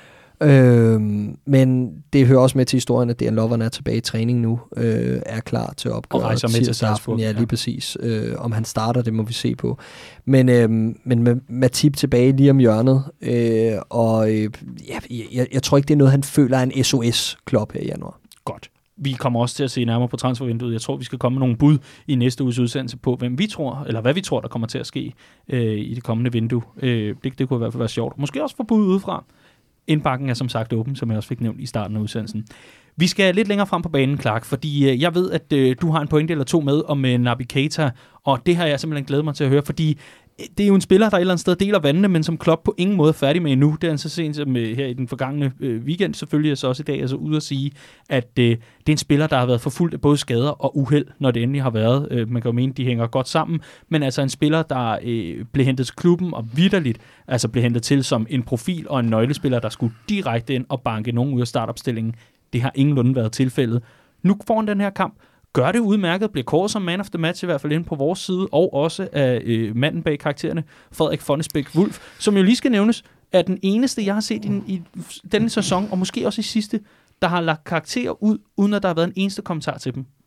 Øhm, men det hører også med til historien, at Dejan Lovren er tilbage i træning nu, øh, er klar til at opgøre.
Og rejser med til Salzburg.
Ja, lige ja. præcis. Øh, om han starter, det må vi se på. Men, øh, men med Matip tilbage lige om hjørnet, øh, og øh, ja, jeg, jeg tror ikke, det er noget, han føler er en S O S-klub her i januar.
Godt. Vi kommer også til at se nærmere på transfervinduet. Jeg tror, vi skal komme med nogle bud i næste uges udsendelse på, hvem vi tror, eller hvad vi tror, der kommer til at ske øh, i det kommende vindue. Øh, det, det kunne i hvert fald være sjovt. Måske også få bud udefra. Indbakken er som sagt åben, som jeg også fik nævnt i starten af udsendelsen. Vi skal lidt længere frem på banen, Clark, fordi øh, jeg ved, at øh, du har en pointe eller to med om øh, Naby Keita, og det har jeg simpelthen glædet mig til at høre, fordi det er jo en spiller, der et eller andet sted deler vandene, men som Klopp på ingen måde er færdig med endnu. Det er han så sent som øh, her i den forgangne øh, weekend, selvfølgelig er så også i dag altså ude at sige, at øh, det er en spiller, der har været forfulgt af både skader og uheld, når det endelig har været. Øh, man kan jo mene, de hænger godt sammen, men altså en spiller, der øh, blev hentet til klubben og vitterligt altså blev hentet til som en profil og en nøglespiller, der skulle direkte ind og banke nogen ud af startopstillingen. Det har ingenlunde været tilfældet. Nu foran den her kamp, gør det udmærket, bliver kåret som man of the match, i hvert fald inde på vores side, og også af øh, manden bag karaktererne, Frederik Fonnesbæk-Wulff, som jo lige skal nævnes, er den eneste, jeg har set i, i denne sæson, og måske også i sidste, der har lagt karakterer ud, uden at der har været en eneste kommentar til dem.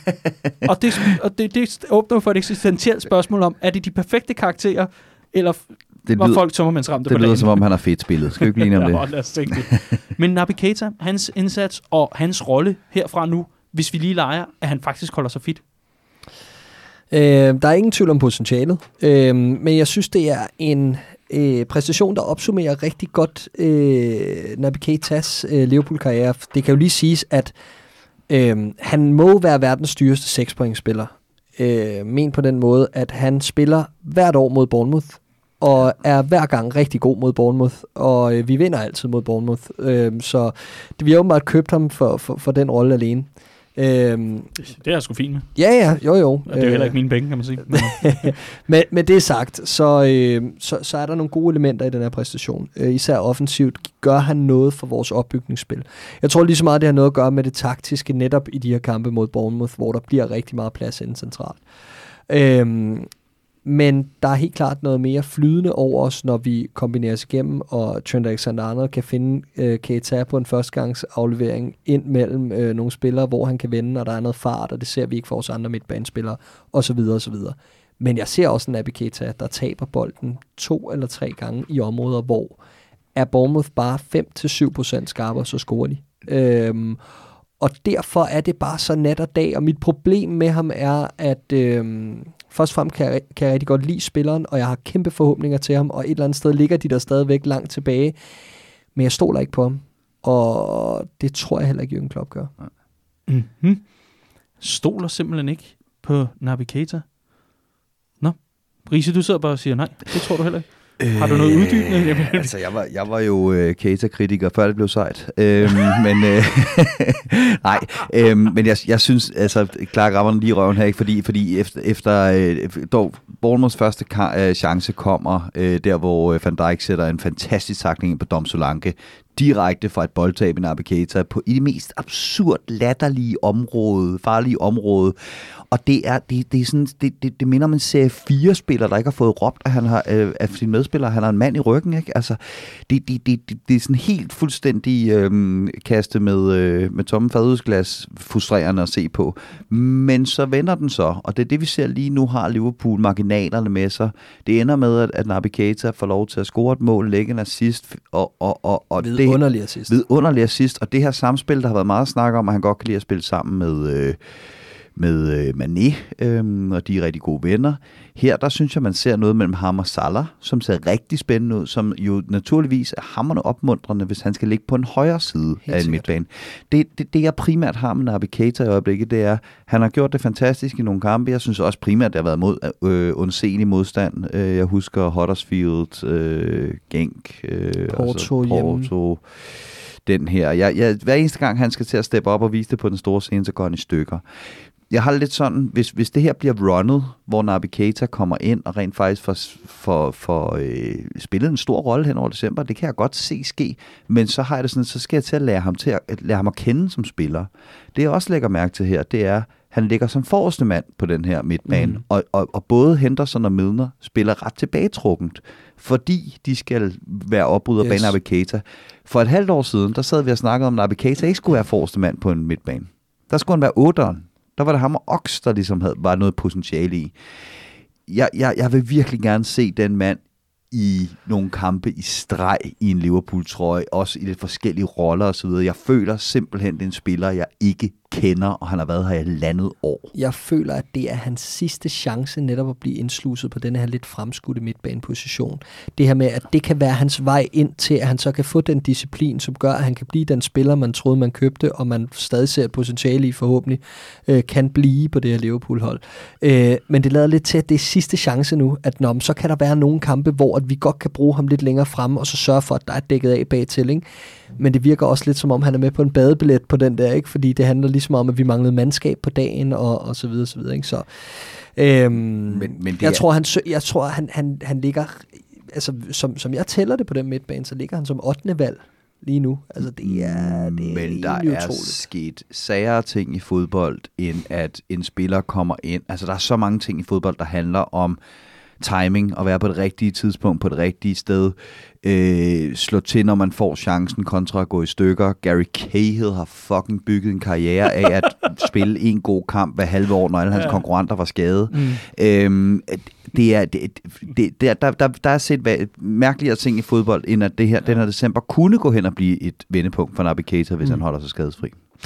og det, og det, det åbner for et eksistentielt spørgsmål om, er det de perfekte karakterer, eller
det
var
lyder,
folk sommermandsramte på
det lyder
dagen?
som om, han har fedt spillet. Skal vi ikke lige om det?
Ja, lad os tænke det. Men Naby Keita, hans indsats og hans rolle herfra nu, hvis vi lige leger, at han faktisk holder sig fit?
Øh, der er ingen tvivl om potentialet, øh, men jeg synes, det er en øh, præstation, der opsummerer rigtig godt øh, Naby Keitas øh, Liverpool-karriere. Det kan jo lige siges, at øh, han må være verdens dyreste seks-pointsspiller. Øh, men på den måde, at han spiller hvert år mod Bournemouth, og er hver gang rigtig god mod Bournemouth, og øh, vi vinder altid mod Bournemouth. Øh, så det, vi har åbenbart købt ham for, for, for den rolle alene. Øhm,
det er jeg sgu fint med.
Ja, ja, jo, jo.
Og det er jo heller ikke mine penge, kan man sige.
men, men det er sagt, så, øh, så, så er der nogle gode elementer i den her præstation. Øh, især offensivt gør han noget for vores opbygningsspil. Jeg tror lige så meget, det har noget at gøre med det taktiske, netop i de her kampe mod Bournemouth, hvor der bliver rigtig meget plads inden centralt. Øhm, Men der er helt klart noget mere flydende over os, når vi kombinerer os igennem, og Trent Alexander-Arnold kan finde øh, Keita på en førstegangsaflevering ind mellem øh, nogle spillere, hvor han kan vende, og der er noget fart, og det ser vi ikke for os andre midtbanespillere, osv. osv. Men jeg ser også en Naby Keita, der taber bolden to eller tre gange i områder, hvor er Bournemouth bare fem til syv procent skarpere, så scorer de. Øhm, og derfor er det bare så nat og dag, og mit problem med ham er, at øhm, først og fremmest kan jeg, kan jeg rigtig godt lide spilleren, og jeg har kæmpe forhåbninger til ham, og et eller andet sted ligger de der stadigvæk langt tilbage, men jeg stoler ikke på ham, og det tror jeg heller ikke, Jürgen Klopp gør.
Mm-hmm. Stoler simpelthen ikke på Naby Keita? Nå, Riese, du sidder bare og siger nej, det tror du heller ikke. Har du noget uddybende?
Øh, altså, jeg var, jeg var jo øh, Keita-kritiker, før det blev sejt. Øhm, men øh, nej, øhm, men jeg, jeg synes, altså, Clark rammer den lige røven her, ikke? Fordi, fordi efter, efter øh, dog, Bournemouths første kar, øh, chance kommer, øh, der hvor øh, Van Dijk sætter en fantastisk takling på Dom Solanke, direkte fra et boldtab i Naby Keita på i det mest absurd latterlige område, farlige område. Og det er det, det er sådan det, det, det minder om en serie fire spiller, der ikke har fået råbt, at han har øh, af sine medspillere, han har en mand i ryggen, ikke? Altså det det det det, det er sådan helt fuldstændig øh, kaste med øh, med tomme fadelsglas, frustrerende at se på. Men så vender den så, og det er det vi ser lige nu, har Liverpool marginalerne med sig. Det ender med at, at Naby Keita får lov til at score et mål, lægge en assist og og og, og
det underlig assist.
Vidunderlig assist, og det her samspil, der har været meget snak om, at han godt kan lide at spille sammen med øh, med øh, Mané, øh, og de er rigtig gode venner. Her, der synes jeg, man ser noget mellem ham og Salah, som ser rigtig spændende ud, som jo naturligvis er hamrende opmuntrende, hvis han skal ligge på en højre side helt af en midtbane. Det, det, det, jeg primært har med Naby Keita i øjeblikket, det er, han har gjort det fantastisk i nogle kampe. Jeg synes også primært, det har været mod øh, undselig modstand. Øh, jeg husker Huddersfield, øh, Genk, øh,
Porto,
altså Porto den her. Jeg, jeg, hver eneste gang, han skal til at steppe op og vise det på den store scene, så går han i stykker. Jeg har lidt sådan, hvis, hvis det her bliver runnet, hvor Naby Keita kommer ind og rent faktisk får, for, for, øh, spillet en stor rolle hen over december, det kan jeg godt se ske, men så har jeg det sådan, så skal jeg til at lære ham, til at, at lære ham at kende som spiller. Det jeg også lægger mærke til her, det er, han ligger som forreste mand på den her midtbane, mm. og, og, og både Henderson og Milner spiller ret tilbagetrukkent, fordi de skal være opbryder yes. bag Naby Keita. For et halvt år siden, der sad vi og snakkede om, at Naby Keita ikke skulle være forreste mand på en midtbane. Der skulle han være otteren. Der var det ham og Ox, der ligesom havde, var noget potentiale i. Jeg, jeg, jeg vil virkelig gerne se den mand i nogle kampe i streg i en Liverpool-trøje, også i lidt forskellige roller osv. Jeg føler simpelthen, det er en spiller, jeg ikke kender, og han har været her i landet år.
Jeg føler, at det er hans sidste chance netop at blive indsluset på denne her lidt fremskudte midtbaneposition. Det her med, at det kan være hans vej ind til, at han så kan få den disciplin, som gør, at han kan blive den spiller, man troede, man købte, og man stadig ser et potentiale i forhåbentlig, øh, kan blive på det her Liverpool-hold. Øh, men det lader lidt til, at det er sidste chance nu, at nå, så kan der være nogle kampe, hvor at vi godt kan bruge ham lidt længere frem, og så sørge for, at der er dækket af bagtil, ikke? Men det virker også lidt som om, han er med på en badebillet på den der, ikke? Fordi det handler ligesom om, at vi manglede mandskab på dagen, og, og så videre, så videre, ikke? Så, øhm, men, men det jeg, er... tror, han, jeg tror, han, han, han ligger, altså som, som jeg tæller det på den midtbane, så ligger han som ottende valg lige nu. Altså det er, det er
men der er utroligt. Sket sagere ting i fodbold, end at en spiller kommer ind. Altså der er så mange ting i fodbold, der handler om timing, og være på det rigtige tidspunkt, på det rigtige sted, øh, slå til, når man får chancen, kontra at gå i stykker. Gary Cahill har fucking bygget en karriere af at spille en god kamp hver halve år, når alle hans ja. konkurrenter var skadet. Mm. Øhm, det er, det, det, der, der, der, der er set mærkeligere ting i fodbold, end at det her, den her december kunne gå hen og blive et vendepunkt for Naby Keita, hvis mm. han holder sig skadesfri.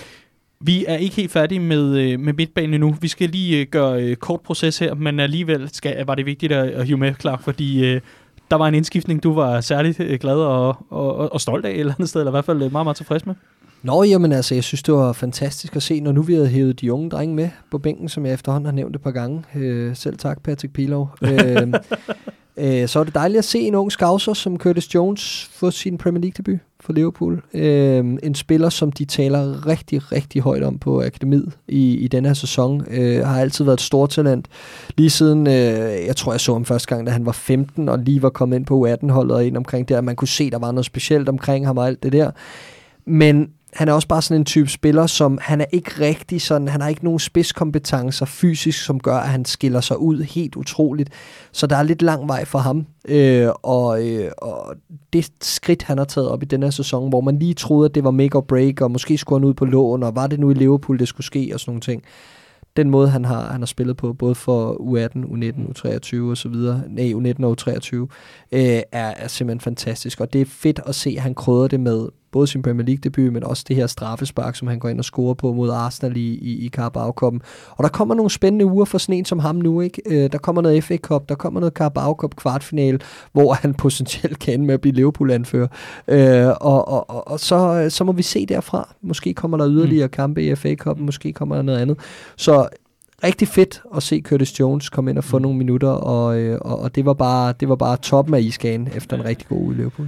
Vi er ikke helt færdige med, med midtbanen endnu. Vi skal lige gøre uh, kort proces her, men alligevel skal, var det vigtigt at, at hive med, Clark, fordi uh, der var en indskiftning, du var særligt uh, glad og, og, og stolt af et eller andet sted, eller i hvert fald uh, meget, meget tilfreds med.
Nå, jamen altså, jeg synes, det var fantastisk at se, når nu vi havde hævet de unge drenge med på bænken, som jeg efterhånden har nævnt et par gange. Øh, selv tak, Patrick Pilov. øh, øh, så var det dejligt at se en ung scouser, som Curtis Jones, få sin Premier League-debut for Liverpool. Øh, en spiller, som de taler rigtig, rigtig højt om på akademiet i, i denne her sæson. Øh, har altid været et stort talent. Lige siden, øh, jeg tror, jeg så ham første gang, da han var femten, og lige var kommet ind på U atten-holdet og ind omkring der. Man kunne se, der var noget specielt omkring ham og alt det der. Men han er også bare sådan en type spiller, som han er ikke rigtig sådan, han har ikke nogen spidskompetencer fysisk, som gør, at han skiller sig ud helt utroligt. Så der er lidt lang vej for ham. Øh, og, øh, og det skridt, han har taget op i den her sæson, hvor man lige troede, at det var make or break, og måske skulle han ud på lån, og var det nu i Liverpool, det skulle ske, og sådan nogle ting. Den måde, han har, han har spillet på, både for U atten, U nitten, U treogtyve og så videre, nej, U nitten og U treogtyve, øh, er, er simpelthen fantastisk. Og det er fedt at se, at han krydder det med både sin Premier League-debut, men også det her straffespark, som han går ind og scorer på mod Arsenal i, i, i Carabao-cupen. Og der kommer nogle spændende uger for sådan en som ham nu, ikke? Øh, der kommer noget F A Cup, der kommer noget Carabao-cup kvartfinale, hvor han potentielt kan ende med at blive Liverpool-anfører. Øh, og og, og, og så, så må vi se derfra. Måske kommer der yderligere kampe i F A Cup, måske kommer der noget andet. Så rigtig fedt at se Curtis Jones komme ind og få mm. nogle minutter, og, og, og det var bare det var bare toppen af isgagen efter en rigtig god uge i Liverpool.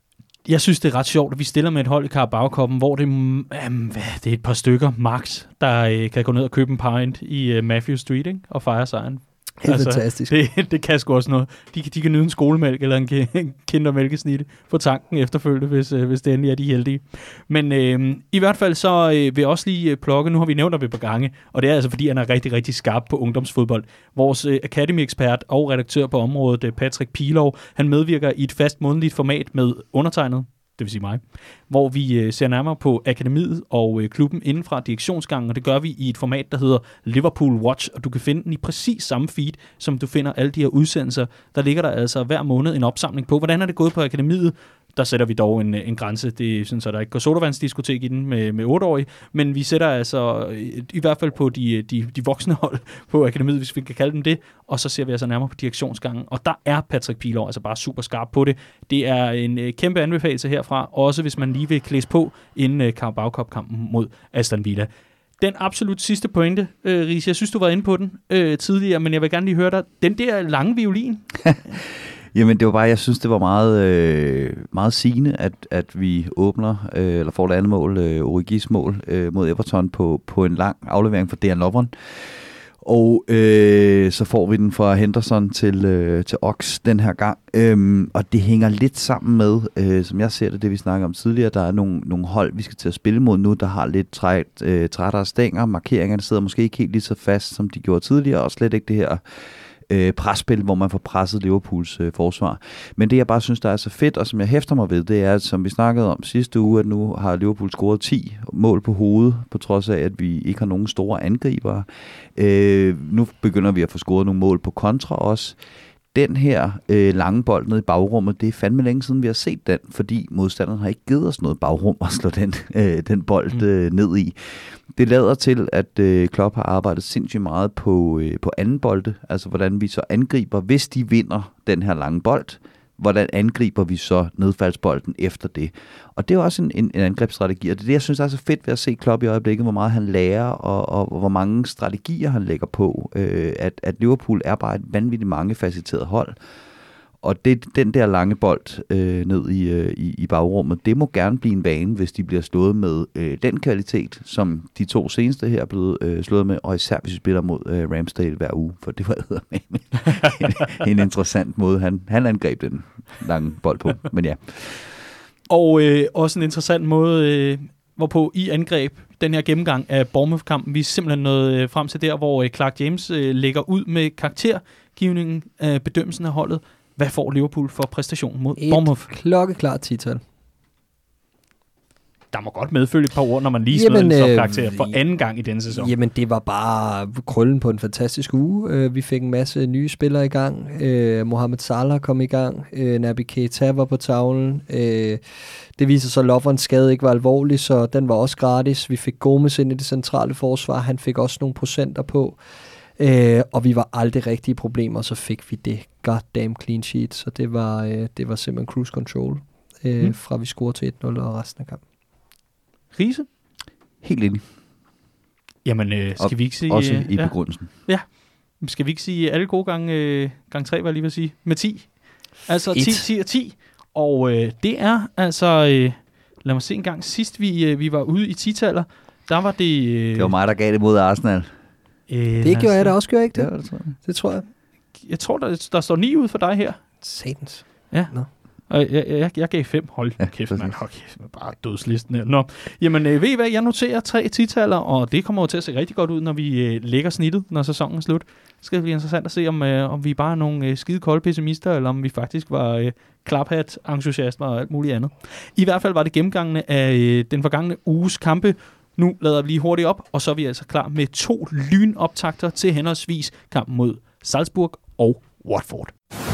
Jeg synes, det er ret sjovt, at vi stiller med et hold i Carabao-cuppen, hvor det, um, det er et par stykker max, der uh, kan gå ned og købe en pint i uh, Matthew Street, ikke? Og fejre sejren.
Helt altså, fantastisk.
Det, det kan sgu også noget. De, de kan nyde en skolemælk eller en, en kindermælkesnitte på tanken efterfølgende, hvis, øh, hvis det endelig er de heldige. Men øh, i hvert fald så øh, vil jeg også lige øh, plukke, nu har vi nævnt ham et par gange, og det er altså fordi, han er rigtig, rigtig skarp på ungdomsfodbold. Vores øh, Academy-ekspert og redaktør på området, øh, Patrick Pilov, han medvirker i et fast månedligt format med undertegnet, det vil sige mig, hvor vi øh, ser nærmere på akademiet og øh, klubben inden fra direktionsgangen, og det gør vi i et format, der hedder Liverpool Watch, og du kan finde den i præcis samme feed, som du finder alle de her udsendelser. Der ligger der altså hver måned en opsamling på, hvordan er det gået på akademiet. Der sætter vi dog en, en grænse. Det synes jeg, der ikke går sodavandsdiskotek i den med, med otteårige, men vi sætter altså i, i hvert fald på de, de, de voksne hold på akademiet, hvis vi kan kalde dem det, og så ser vi altså nærmere på direktionsgangen, og der er Patrick Pilov altså bare super skarp på det. Det er en uh, kæmpe anbefaling herfra, også hvis man lige vil klædes på inden uh, Carabao Cup-kampen mod Aston Villa. Den absolut sidste pointe, øh, Riese, jeg synes, du var inde på den øh, tidligere, men jeg vil gerne lige høre dig. Den der lange violin.
Jamen, det var bare, jeg synes, det var meget, øh, meget sigende, at, at vi åbner, øh, eller får et andet mål, øh, Origis mål, øh, mod Everton på, på en lang aflevering fra Dejan Lovren. Og øh, så får vi den fra Henderson til, øh, til Ox den her gang. Øhm, og det hænger lidt sammen med, øh, som jeg ser det, det vi snakker om tidligere, der er nogle, nogle hold, vi skal til at spille mod nu, der har lidt træt, øh, trættere stænger. Markeringerne sidder måske ikke helt lige så fast, som de gjorde tidligere, og slet ikke det her øh, presspil, hvor man får presset Liverpools øh, forsvar. Men det, jeg bare synes, der er så fedt, og som jeg hæfter mig ved, det er, at, som vi snakkede om sidste uge, at nu har Liverpool scoret ti mål på hovedet, på trods af, at vi ikke har nogen store angribere. Øh, nu begynder vi at få scoret nogle mål på kontra også. Den her øh, lange bold nede i bagrummet, det er fandme længe siden, vi har set den, fordi modstanderen har ikke givet os noget bagrum at slå den, øh, den bold øh, ned i. Det lader til, at øh, Klopp har arbejdet sindssygt meget på, øh, på anden bolde, altså hvordan vi så angriber, hvis de vinder den her lange bold, hvordan angriber vi så nedfaldsbolden efter det. Og det er også en, en, en angrebsstrategi, og det er det, jeg synes er så fedt ved at se Klopp i øjeblikket, hvor meget han lærer, og, og, og hvor mange strategier han lægger på. Øh, at, at Liverpool er bare et vanvittigt mangefacetteret hold. Og det, den der lange bold øh, ned i, øh, i, i bagrummet, det må gerne blive en vane, hvis de bliver slået med øh, den kvalitet, som de to seneste her er blevet øh, slået med, og især hvis vi spiller mod øh, Ramsdale hver uge, for det var en, en interessant måde, han, han angreb den lange bold på, men ja.
Og øh, også en interessant måde, øh, hvorpå I angreb den her gennemgang af Bournemouth-kampen, vi er simpelthen nået øh, frem til der, hvor øh, Clark James øh, lægger ud med karaktergivningen af bedømmelsen af holdet. Hvad får Liverpool for præstation mod
et
Bournemouth?
Et klokkeklart tital.
Der må godt medfølge et par ord, når man lige smider en øh, karakter for anden gang i denne sæson.
Jamen, det var bare krøllen på en fantastisk uge. Uh, vi fik en masse nye spillere i gang. Uh, Mohamed Salah kom i gang. Uh, Naby Keita var på tavlen. Uh, det viser sig, at Loverens skade ikke var alvorlig, så den var også gratis. Vi fik Gomes ind i det centrale forsvar. Han fik også nogle procenter på. Uh, og vi var aldrig rigtige problemer, så fik vi det goddamn clean sheet. Så det var, uh, det var simpelthen cruise control, uh, mm. fra vi scorede til et nul og resten af kampen.
Riese?
Helt enig.
Jamen, øh, skal og vi ikke sige...
Også i
ja.
begrundelsen.
Ja. Skal vi ikke sige alle gode gange, øh, gang tre, var jeg lige vil sige, med ti? Altså ti, ti og ti. Og øh, det er altså... Øh, lad mig se en gang. Sidst vi, øh, vi var ude i ti-taller, der var det... Øh,
det var mig, der gav det mod Arsenal.
Øh, det gjorde altså, jeg da også, gjorde jeg ikke det?
Ja, det tror jeg.
Det tror jeg.
Jeg tror, der, der står ni ud for dig her.
Satans.
Ja.
Nå.
Og jeg, jeg, jeg gav fem. Hold
Ja,
kæft,
præcis.
mand. Hold kæft, man. Bare dødslisten her. Nå, jamen øh, ved I hvad, jeg noterer tre titaller, og det kommer jo til at se rigtig godt ud, når vi øh, lægger snittet, når sæsonen er slut. Det skal blive interessant at se, om, øh, om vi bare er nogle øh, skide kolde pessimister, eller om vi faktisk var øh, klaphat-entusiaster og alt muligt andet. I hvert fald var det gennemgangene af øh, den forgangne uges kampe. Nu lader vi lige hurtigt op, og så er vi altså klar med to lynoptakter til henholdsvis kampen mod Salzburg og Watford.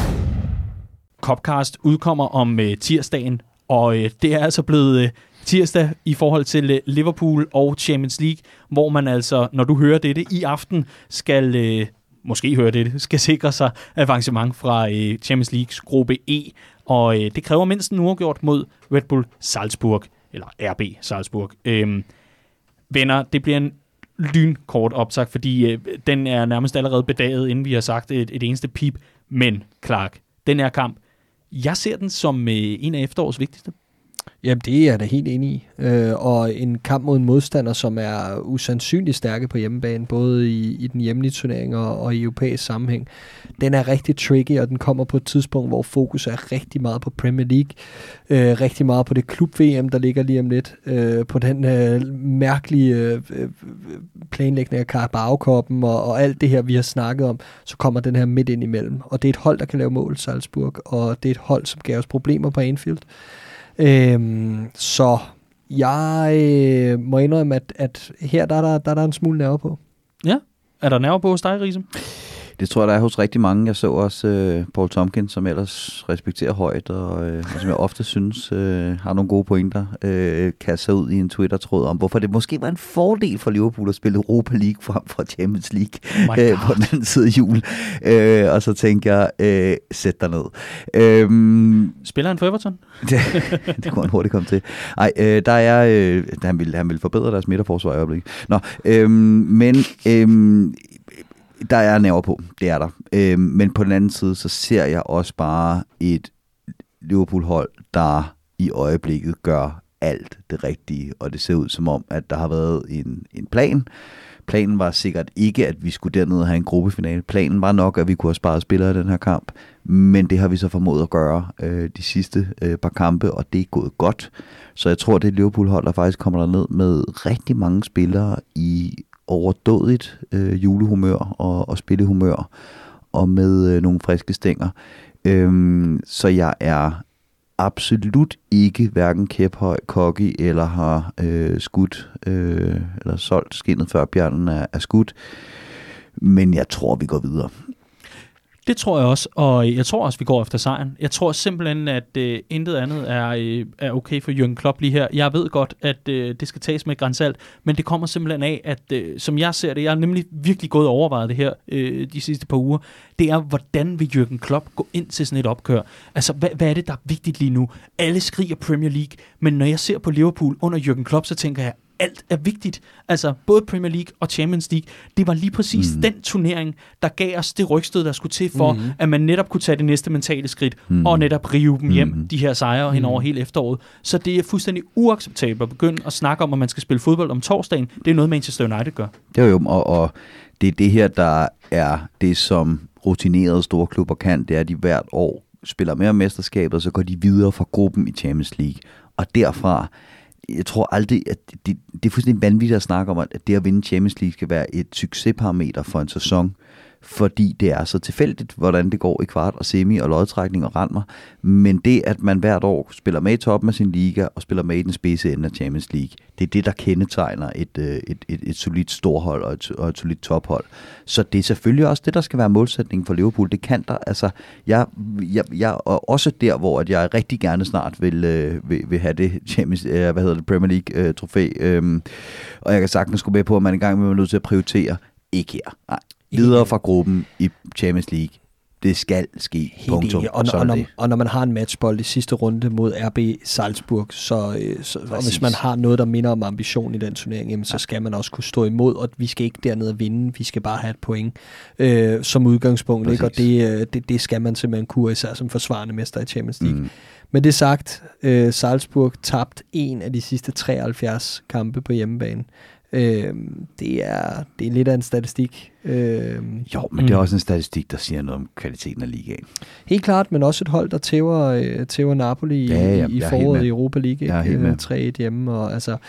Copcast udkommer om øh, tirsdagen, og øh, det er altså blevet øh, tirsdag i forhold til øh, Liverpool og Champions League, hvor man altså, når du hører dette i aften, skal, øh, måske høre dette, skal sikre sig avancement fra øh, Champions Leagues gruppe E, og øh, det kræver mindst en uafgjort mod Red Bull Salzburg, eller R B Salzburg. Øhm, venner, det bliver en lynkort optag, fordi øh, den er nærmest allerede bedaget, inden vi har sagt et, et eneste pip, men Clark, den her kamp, jeg ser den som øh, en af efterårets vigtigste.
Jamen, det er jeg da helt enig i. Øh, og en kamp mod en modstander, som er usandsynligt stærke på hjemmebane, både i, i den hjemlige turnering og, og i europæisk sammenhæng. Den er rigtig tricky, og den kommer på et tidspunkt, hvor fokus er rigtig meget på Premier League, øh, rigtig meget på det klub-V M, der ligger lige om lidt, øh, på den øh, mærkelige øh, planlægning af Carabao-koppen og, og alt det her, vi har snakket om, så kommer den her midt ind imellem. Og det er et hold, der kan lave mål, Salzburg, og det er et hold, som gav os problemer på Anfield. Øhm, så jeg øh, må indrømme, at, at her der er der, der er der en smule nerve på.
Ja, er der nerve på hos dig, Riese?
Det tror jeg, der er hos rigtig mange. Jeg så også øh, Paul Tompkins, som ellers respekterer højt, og, øh, og som jeg ofte synes øh, har nogle gode pointer, øh, kaster ud i en Twitter-tråd om, hvorfor det måske var en fordel for Liverpool at spille Europa League frem for Champions League oh øh, på den anden side af jul. Øh, og så tænker jeg, øh, sæt dig ned. Øh,
Spiller han for Everton?
det, det kunne han hurtigt komme til. Ej, øh, der er, øh, han, vil, han vil forbedre deres midterforsvar i øjeblikket. Nå, øh, men... Øh, Der er nerver på, det er der. Øhm, men på den anden side, så ser jeg også bare et Liverpool-hold, der i øjeblikket gør alt det rigtige. Og det ser ud som om, at der har været en, en plan. Planen var sikkert ikke, at vi skulle dernede have en gruppefinale. Planen var nok, at vi kunne have sparet spillere i den her kamp. Men det har vi så formået at gøre øh, de sidste øh, par kampe, og det er gået godt. Så jeg tror, det er et Liverpool-hold, der faktisk kommer derned med rigtig mange spillere i overdådigt øh, julehumør og, og spillehumør, og med øh, nogle friske stænger. Øhm, så jeg er absolut ikke hverken kæphøj, cocky eller har øh, skudt øh, eller solgt skindet før bjørnen er, er skudt. Men jeg tror, vi går videre.
Det tror jeg også, og jeg tror også, vi går efter sejren. Jeg tror simpelthen, at øh, intet andet er, øh, er okay for Jürgen Klopp lige her. Jeg ved godt, at øh, det skal tages med et gran salt, men det kommer simpelthen af, at øh, som jeg ser det, jeg har nemlig virkelig gået og overvejet det her øh, de sidste par uger, det er, hvordan vil Jürgen Klopp gå ind til sådan et opgør? Altså, hvad, hvad er det, der er vigtigt lige nu? Alle skriger Premier League, men når jeg ser på Liverpool under Jürgen Klopp, så tænker jeg, alt er vigtigt. Altså, både Premier League og Champions League, det var lige præcis mm. den turnering, der gav os det rygstød, der skulle til for, mm. at man netop kunne tage det næste mentale skridt, mm. og netop rive dem hjem, mm. de her sejre hen over mm. hele efteråret. Så det er fuldstændig uacceptabelt at begynde at snakke om, at man skal spille fodbold om torsdagen. Det er noget, Manchester United gør.
Det er jo, og, og det er det her, der er det, som rutinerede store klubber kan, det er, at de hvert år spiller mere mesterskabet, og så går de videre fra gruppen i Champions League. Og derfra jeg tror aldrig, at det, det er fuldstændig vanvittigt at snakke om, at det at vinde Champions League skal være et succesparameter for en sæson, fordi det er så tilfældigt, hvordan det går i kvart og semi og lodtrækning og randmer. Men det, at man hvert år spiller med i toppen af sin liga og spiller med i den spidse ende af Champions League, det er det, der kendetegner et, et, et, et solidt storhold og et, og et solidt tophold. Så det er selvfølgelig også det, der skal være målsætningen for Liverpool. Det kan der. Altså, jeg, jeg, jeg er også der, hvor jeg rigtig gerne snart vil, øh, vil, vil have det Champions, øh, hvad hedder det, Premier League øh, trofæ. Øhm, og jeg kan sagtens gå med på, at man engang vil være nødt til at prioritere. Ikke her. Nej. Videre fra gruppen i Champions League. Det skal ske. Punktum.
Og, og, og, når, og når man har en matchbold i sidste runde mod R B Salzburg, så, så og hvis man har noget, der minder om ambition i den turnering, jamen, så skal man også kunne stå imod, og vi skal ikke dernede at vinde, vi skal bare have et point øh, som udgangspunkt. Ikke? Og det, det, det skal man simpelthen kunne, især som forsvarende mester i Champions League. Mm. Men det sagt, øh, Salzburg tabt en af de sidste treoghalvfjerds kampe på hjemmebane. Øh, det, er, det er lidt af en statistik. Øh,
jo, men mm. det er også en statistik, der siger noget om kvaliteten af ligaen.
Helt klart, men også et hold, der tæver, øh, tæver Napoli ja, ja, i, i foråret i Europa League.
Jeg er helt med.
tre et hjemme, og altså...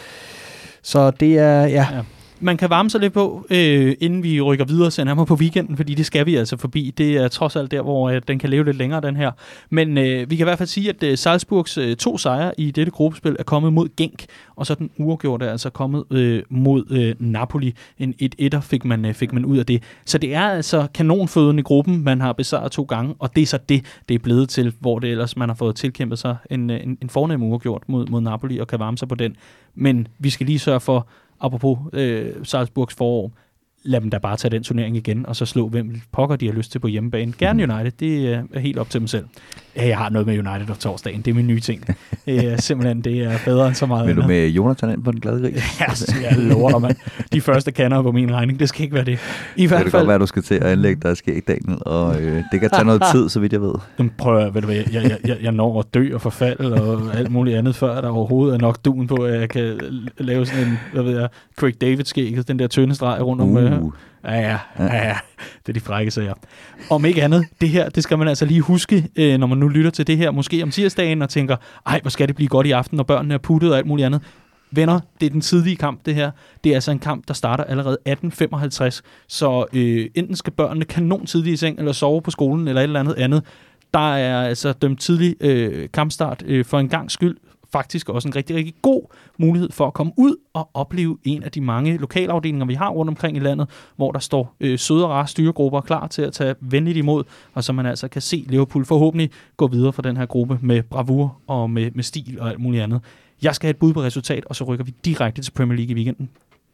Så det er, ja...
ja. Man kan varme sig lidt på, øh, inden vi rykker videre så nærmere på weekenden, fordi det skal vi altså forbi. Det er trods alt der, hvor øh, den kan leve lidt længere, den her. Men øh, vi kan i hvert fald sige, at øh, Salzburgs øh, to sejre i dette gruppespil er kommet mod Genk, og så den uafgjorte er altså kommet øh, mod øh, Napoli. En et-etter fik man, øh, fik man ud af det. Så det er altså kanonføden i gruppen, man har besejret to gange, og det er så det, det er blevet til, hvor det ellers man har fået tilkæmpet sig en, en, en fornem uafgjort mod, mod Napoli, og kan varme sig på den. Men vi skal lige sørge for, apropos øh, Salzburgs forår, lad dem da bare tage den turnering igen, og så slå hvem pokker de har lyst til på hjemmebane. Gerne United, det er helt op til dem selv. Ja, jeg har noget med United op torsdagen, det er min nye ting. Det er simpelthen, det er bedre end så meget.
Vil du med Jonathan ind på den glade gris?
Ja, jeg lover dig, mand. De første kander på min regning, det skal ikke være det. I hvert
det kan
fald...
godt være, at du skal til at anlægge dig skæg, Daniel, og øh, det kan tage noget tid, så vidt jeg ved.
Prøv at, ved du hvad, jeg, jeg, jeg, jeg når at dø og forfalde og alt muligt andet, før der overhovedet er nok duen på, at jeg kan lave sådan en, hvad ved jeg, Craig David-skæg, den der tynde streg rundt om...
Uh.
Ja, ja, ja, ja, det er de frække sager. Om ikke andet, det her, det skal man altså lige huske, øh, når man nu lytter til det her, måske om tirsdagen, og tænker, ej, hvor skal det blive godt i aften, når børnene er puttet og alt muligt andet. Venner, det er den tidlige kamp, det her. Det er altså en kamp, der starter allerede atten femoghalvtreds, så øh, enten skal børnene kanon tidligt i seng, eller sove på skolen, eller et eller andet andet. Der er altså dømt tidlig øh, kampstart øh, for en gang skyld, faktisk også en rigtig, rigtig god mulighed for at komme ud og opleve en af de mange lokalafdelinger, vi har rundt omkring i landet, hvor der står øh, søde og rare styregrupper klar til at tage venligt imod, og så man altså kan se Liverpool forhåbentlig gå videre fra den her gruppe med bravur og med, med stil og alt muligt andet. Jeg skal have et bud på resultat, og så rykker vi direkte til Premier League i weekenden.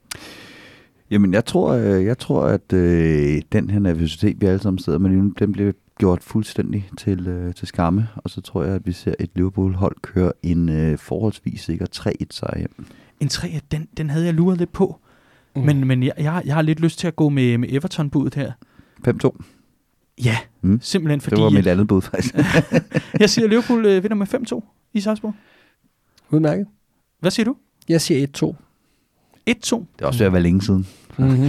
Jamen, jeg tror, jeg tror at øh, den her nervøsitet, vi alle sammen sidder med, den bliver gjort fuldstændig til, øh, til skamme, og så tror jeg, at vi ser et Liverpool-hold køre en øh, forholdsvis sikker tre et sejr hjem.
En tre et, den, den havde jeg luret lidt på, mm. men, men jeg, jeg, har, jeg har lidt lyst til at gå med, med Everton-budet her.
fem to.
Ja, mm. simpelthen fordi...
Det var mit andet bud, faktisk.
Jeg siger, at Liverpool øh, vinder med fem to i Salzburg.
Udmærket.
Hvad siger du?
Jeg siger et to.
et to?
Det er også ved at være længe siden.
Mm-hmm.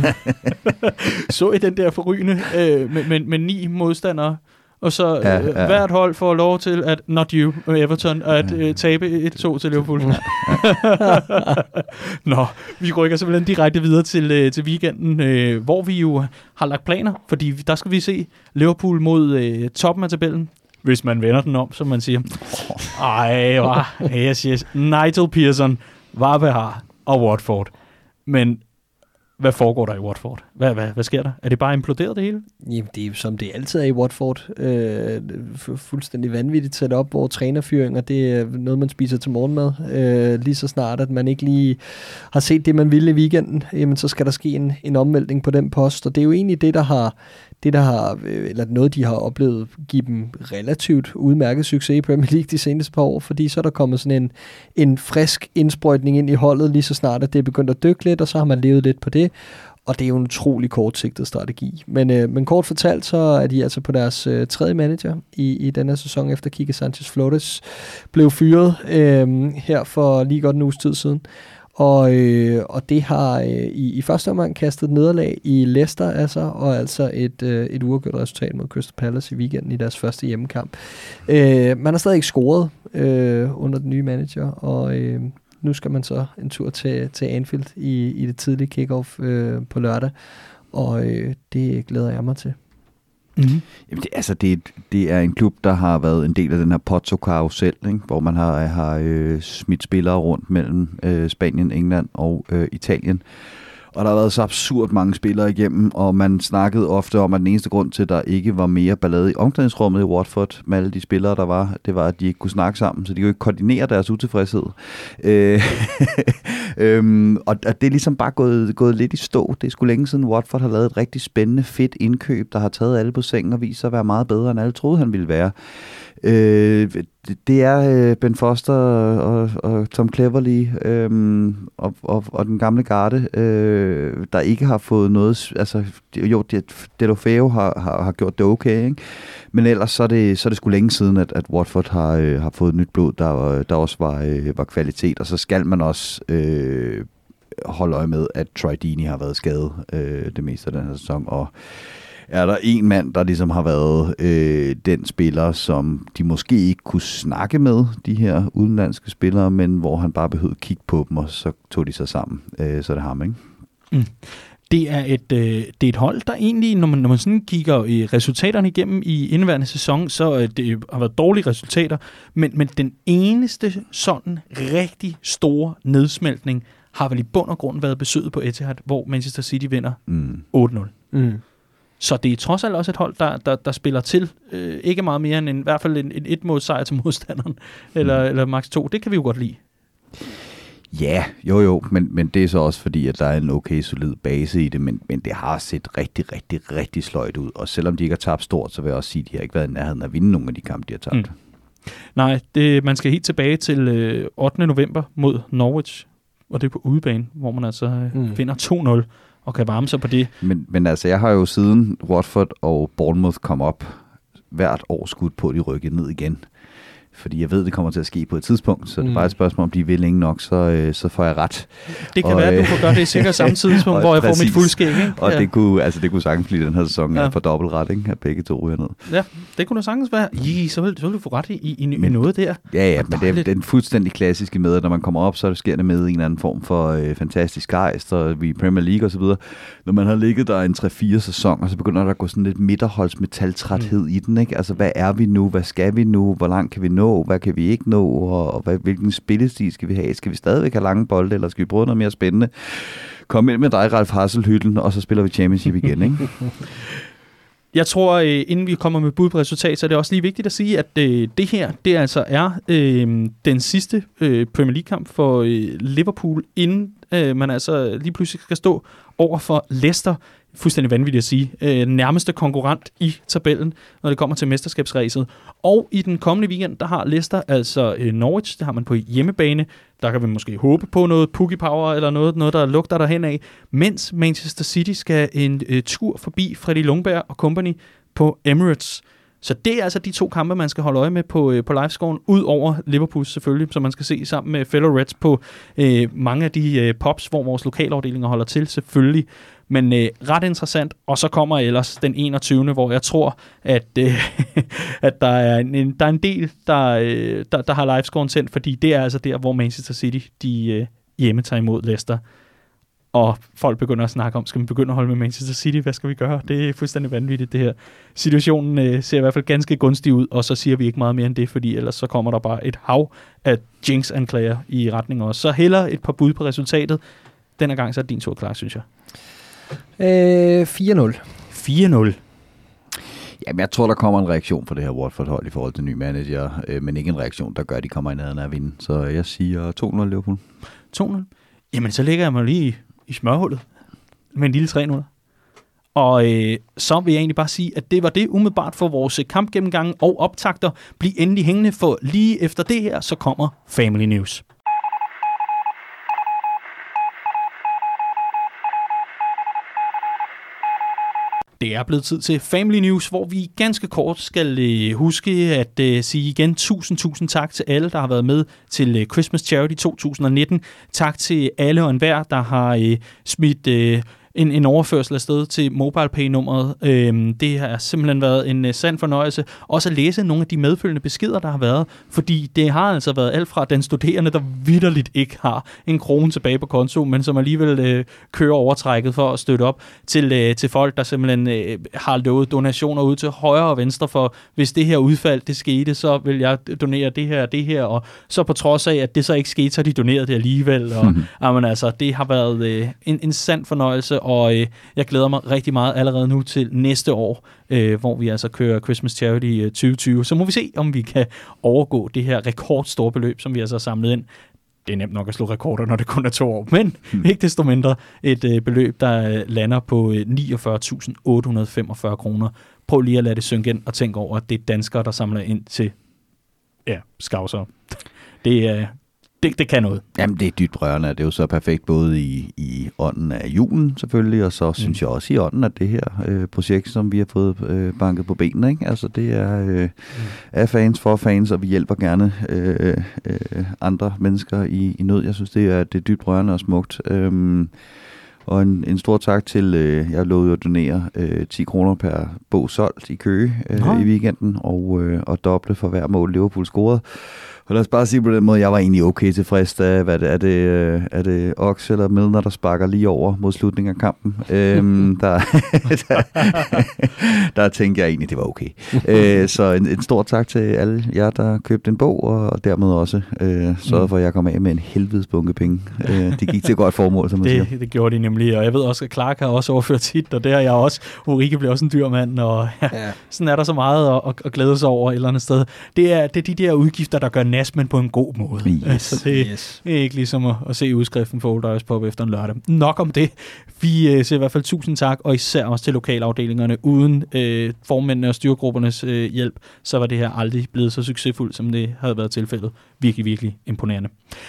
Så i den der forrygende øh, med, med, med ni modstandere, og så
ja,
øh,
ja.
hvert hold får lov til at, not you, Everton, at øh, tabe et to til Liverpool. Ja, ja. Nå, vi rykker simpelthen direkte videre til, øh, til weekenden, øh, hvor vi jo har lagt planer, fordi der skal vi se Liverpool mod øh, toppen af tabellen, hvis man vender den om, som man siger. Ej, var yes, yes. Nigel Pearson, Varbehar og Watford. Men hvad foregår der i Watford? Hvad, hvad, hvad sker der? Er det bare imploderet det hele?
Jamen, det er som det altid er i Watford. Øh, fuldstændig vanvittigt sat op, hvor trænerfyringer, det er noget, man spiser til morgenmad. Øh, lige så snart, at man ikke lige har set det, man ville i weekenden, jamen, så skal der ske en, en omvæltning på den post. Og det er jo egentlig det, der har, det, der har eller noget, de har oplevet, give dem relativt udmærket succes i Premier League de seneste par år, fordi så er der kommet sådan en, en frisk indsprøjtning ind i holdet, lige så snart, at det er begyndt at dykke lidt, og så har man levet lidt på det. Og det er jo en utrolig kortsigtet strategi. Men, øh, men kort fortalt, så er de altså på deres øh, tredje manager i, i denne sæson, efter Quique Sanchez Flores blev fyret øh, her for lige godt en uges tid siden. Og, øh, og det har øh, i, i første omgang kastet nederlag i Leicester, altså, og altså et, øh, et uafgjort resultat mod Crystal Palace i weekenden i deres første hjemmekamp. Øh, man har stadig ikke scoret øh, under den nye manager, og... Øh, Nu skal man så en tur til, til Anfield i, i det tidlige kick-off øh, på lørdag, og øh, det glæder jeg mig til.
Mm-hmm. Jamen det, altså det, det er en klub, der har været en del af den her Pozzo-karusel, ikke? Hvor man har, har øh, smidt spillere rundt mellem øh, Spanien, England og øh, Italien. Og der har været så absurd mange spillere igennem, og man snakkede ofte om, at den eneste grund til, at der ikke var mere ballade i omklædningsrummet i Watford med alle de spillere, der var, det var, at de ikke kunne snakke sammen, så de kunne ikke koordinere deres utilfredshed. Øh, øhm, og det er ligesom bare gået, gået lidt i stå. Det er sgu længe siden Watford har lavet et rigtig spændende, fedt indkøb, der har taget alle på sengen og vist sig at være meget bedre, end alle troede, han ville være. Øh, det er øh, Ben Foster og, og Tom Cleverley øh, og, og, og den gamle garde, øh, der ikke har fået noget, altså jo, Deulofeu har, har, har gjort det okay, ikke? Men ellers så er det, så er det sgu længe siden, at, at Watford har, øh, har fået nyt blod, der, der også var, øh, var kvalitet, og så skal man også øh, holde øje med, at Troy Deeney har været skadet øh, det meste af den her sæson, og er der en mand, der ligesom har været øh, den spiller, som de måske ikke kunne snakke med, de her udenlandske spillere, men hvor han bare behøvede kigge på dem, og så tog de sig sammen. Øh, så er det ham, ikke?
Mm. Det er, et, øh, det er et hold, der egentlig, når man, når man sådan kigger i resultaterne igennem i indeværende sæson, så øh, det har været dårlige resultater, men, men den eneste sådan rigtig store nedsmeltning har vel i bund og grund været besøget på Etihad, hvor Manchester City vinder mm. otte nul. Mm. Så det er trods alt også et hold, der, der, der spiller til øh, ikke meget mere end en, i hvert fald en, en et-målsejr til modstanderen, mm. eller, eller max to. Det kan vi jo godt lide.
Ja, jo jo, men, men det er så også fordi, at der er en okay solid base i det, men, men det har set rigtig, rigtig, rigtig sløjt ud. Og selvom de ikke har tabt stort, så vil jeg også sige, at de har ikke været i nærheden af at vinde nogle af de kampe, de har tabt. Mm.
Nej, det, man skal helt tilbage til øh, ottende november mod Norwich, og det er på udebane, hvor man altså øh, mm. vinder to nul og kan varme sig på det.
Men, men altså, jeg har jo siden Watford og Bournemouth kom op hvert år skudt på, de rykkede ned igen. Fordi jeg ved, det kommer til at ske på et tidspunkt, så mm. det er bare et spørgsmål, om de vil længe nok, så, øh, så får jeg ret.
Det kan og, være, at du får gøre det i sikkert samme tidspunkt, hvor jeg præcis. får mit fuldskæg. Ikke?
Og ja. det, kunne, altså, det kunne sagtens blive den her sæson ja. for dobbeltret, ikke? At begge to ryger ned.
Ja, det kunne da sagtens være. I, så, vil, så vil du få ret i, i, i men, noget der.
Ja, ja, men det er den fuldstændig klassiske med, at når man kommer op, så sker det med en eller anden form for øh, fantastisk gejst, og vi i Premier League og så videre. Når man har ligget der en tre fire sæsoner, så begynder der at gå sådan lidt midterholdsmetaltræthed mm. i den, ikke? Altså, hvad er vi nu? Hvad skal vi nu? Hvor langt kan vi nå? Hvad kan vi ikke nå, og, og hvad, hvilken spillestil skal vi have? Skal vi stadigvæk have lange bolde, eller skal vi prøve noget mere spændende? Kom ind med dig, Ralf Hasselhüttl, og så spiller vi Championship igen, ikke?
Jeg tror, øh, inden vi kommer med bud på resultat, så er det også lige vigtigt at sige, at øh, det her, det altså er øh, den sidste øh, Premier League-kamp for øh, Liverpool, inden øh, man altså lige pludselig skal stå over for Leicester. Fuldstændig vanvittigt at sige. Øh, nærmeste konkurrent i tabellen, når det kommer til mesterskabsræset. Og i den kommende weekend, der har Leicester altså øh, Norwich, det har man på hjemmebane. Der kan vi måske håbe på noget Pukki Power eller noget, noget der lugter derhen af. Mens Manchester City skal en øh, tur forbi Freddy Ljungberg og company på Emirates. Så det er altså de to kampe, man skal holde øje med på, øh, på livescoren, ud over Liverpool selvfølgelig, som man skal se sammen med fellow Reds på øh, mange af de øh, pops, hvor vores lokalafdelinger holder til selvfølgelig. Men øh, ret interessant, og så kommer ellers den enogtyvende hvor jeg tror, at, øh, at der, er en, der er en del, der, øh, der, der har livescoren sendt, fordi det er altså der, hvor Manchester City de øh, hjemme tager imod Leicester. Og folk begynder at snakke om, skal vi begynde at holde med Manchester City? Hvad skal vi gøre? Det er fuldstændig vanvittigt, det her. Situationen øh, ser i hvert fald ganske gunstig ud, og så siger vi ikke meget mere end det, fordi ellers så kommer der bare et hav af jinx-anklager i retning også. Så heller et par bud på resultatet. Denne gang så er din tur klar, synes jeg.
Øh, fire nul.
fire nul.
Jamen, jeg tror, der kommer en reaktion fra det her Watford-hold i forhold til ny manager, øh, men ikke en reaktion, der gør, at de kommer i nærheden af at vinde. Så jeg siger to nul Liverpool.
to nul? Jamen, så ligger jeg mig lige i, i smørhullet med en lille tre nul. Og øh, så vil jeg egentlig bare sige, at det var det umiddelbart for vores kampgennemgange og optakter. Bliv endelig hængende, for lige efter det her, så kommer Family News. Det er blevet tid til Family News, hvor vi ganske kort skal øh, huske at øh, sige igen tusind, tusind tak til alle, der har været med til øh, Christmas Charity to tusind nitten. Tak til alle og enhver, der har øh, smidt øh, en, en overførsel af sted til MobilePay-nummeret. Øhm, det har simpelthen været en uh, sand fornøjelse. Også at læse nogle af de medfølgende beskeder, der har været, fordi det har altså været alt fra den studerende, der vitterligt ikke har en krone tilbage på konto, men som alligevel øh, kører overtrækket for at støtte op, til, øh, til folk, der simpelthen øh, har lovet donationer ud til højre og venstre, for hvis det her udfald, det skete, så vil jeg donere det her og det her, og så på trods af, at det så ikke skete, så de donerede det alligevel. Og, mm-hmm. jamen, altså, det har været øh, en, en sand fornøjelse, og øh, jeg glæder mig rigtig meget allerede nu til næste år, øh, hvor vi altså kører Christmas Charity tyve tyve. Så må vi se, om vi kan overgå det her rekordstore beløb, som vi altså har samlet ind. Det er nemt nok at slå rekorder, når det kun er to år, men hmm. ikke desto mindre et øh, beløb, der øh, lander på øh, niogfyrre tusind otte hundrede femogfyrre kroner. Prøv lige at lade det synke ind og tænk over, at det er danskere, der samler ind til ja, skavser. Det er... det, det kan noget.
Jamen, det er dybt rørende. Det er jo så perfekt både i, i ånden af julen selvfølgelig, og så mm. synes jeg også i ånden af det her øh, projekt, som vi har fået øh, banket på benene. Ikke? Altså, det er øh, mm. af fans for fans, og vi hjælper gerne øh, øh, andre mennesker i, i nød. Jeg synes, det er, det er dybt rørende og smukt. Øhm, Og en, en stor tak til, øh, jeg lovede at donere øh, ti kroner per bog solgt i Køge øh, i weekenden, og, øh, og doble for hver mål Liverpool scorede. Og lad os bare sige på den måde, jeg var egentlig okay tilfreds, da, hvad det, er det, øh, er det Ox eller Milner, der sparker lige over mod slutningen af kampen. øhm, der, der, der tænkte jeg egentlig, det var okay. øh, så en, en stor tak til alle jer, der købte en bog, og, og dermed også øh, sørgede for, at jeg kom af med en helvedes bunke penge. Øh, det gik til et godt formål, som man
det,
siger.
Det gjorde de nemlig, og jeg ved også, at Clark har også overført tit, og det har jeg også. Ulrike blev også en dyr mand, og ja, ja. Sådan er der så meget at, at, at glæde sig over et eller andet sted. Det er, det er de der udgifter, der gør nas, men på en god måde.
Yes.
Altså, det, yes. det er ikke ligesom at, at se udskriften for Old Irish Pub efter en lørdag. Nok om det. Vi øh, siger i hvert fald tusind tak, og især også til lokalafdelingerne. Uden øh, formændene og styregruppernes øh, hjælp, så var det her aldrig blevet så succesfuldt, som det havde været tilfældet. Virkelig, virkelig imponerende.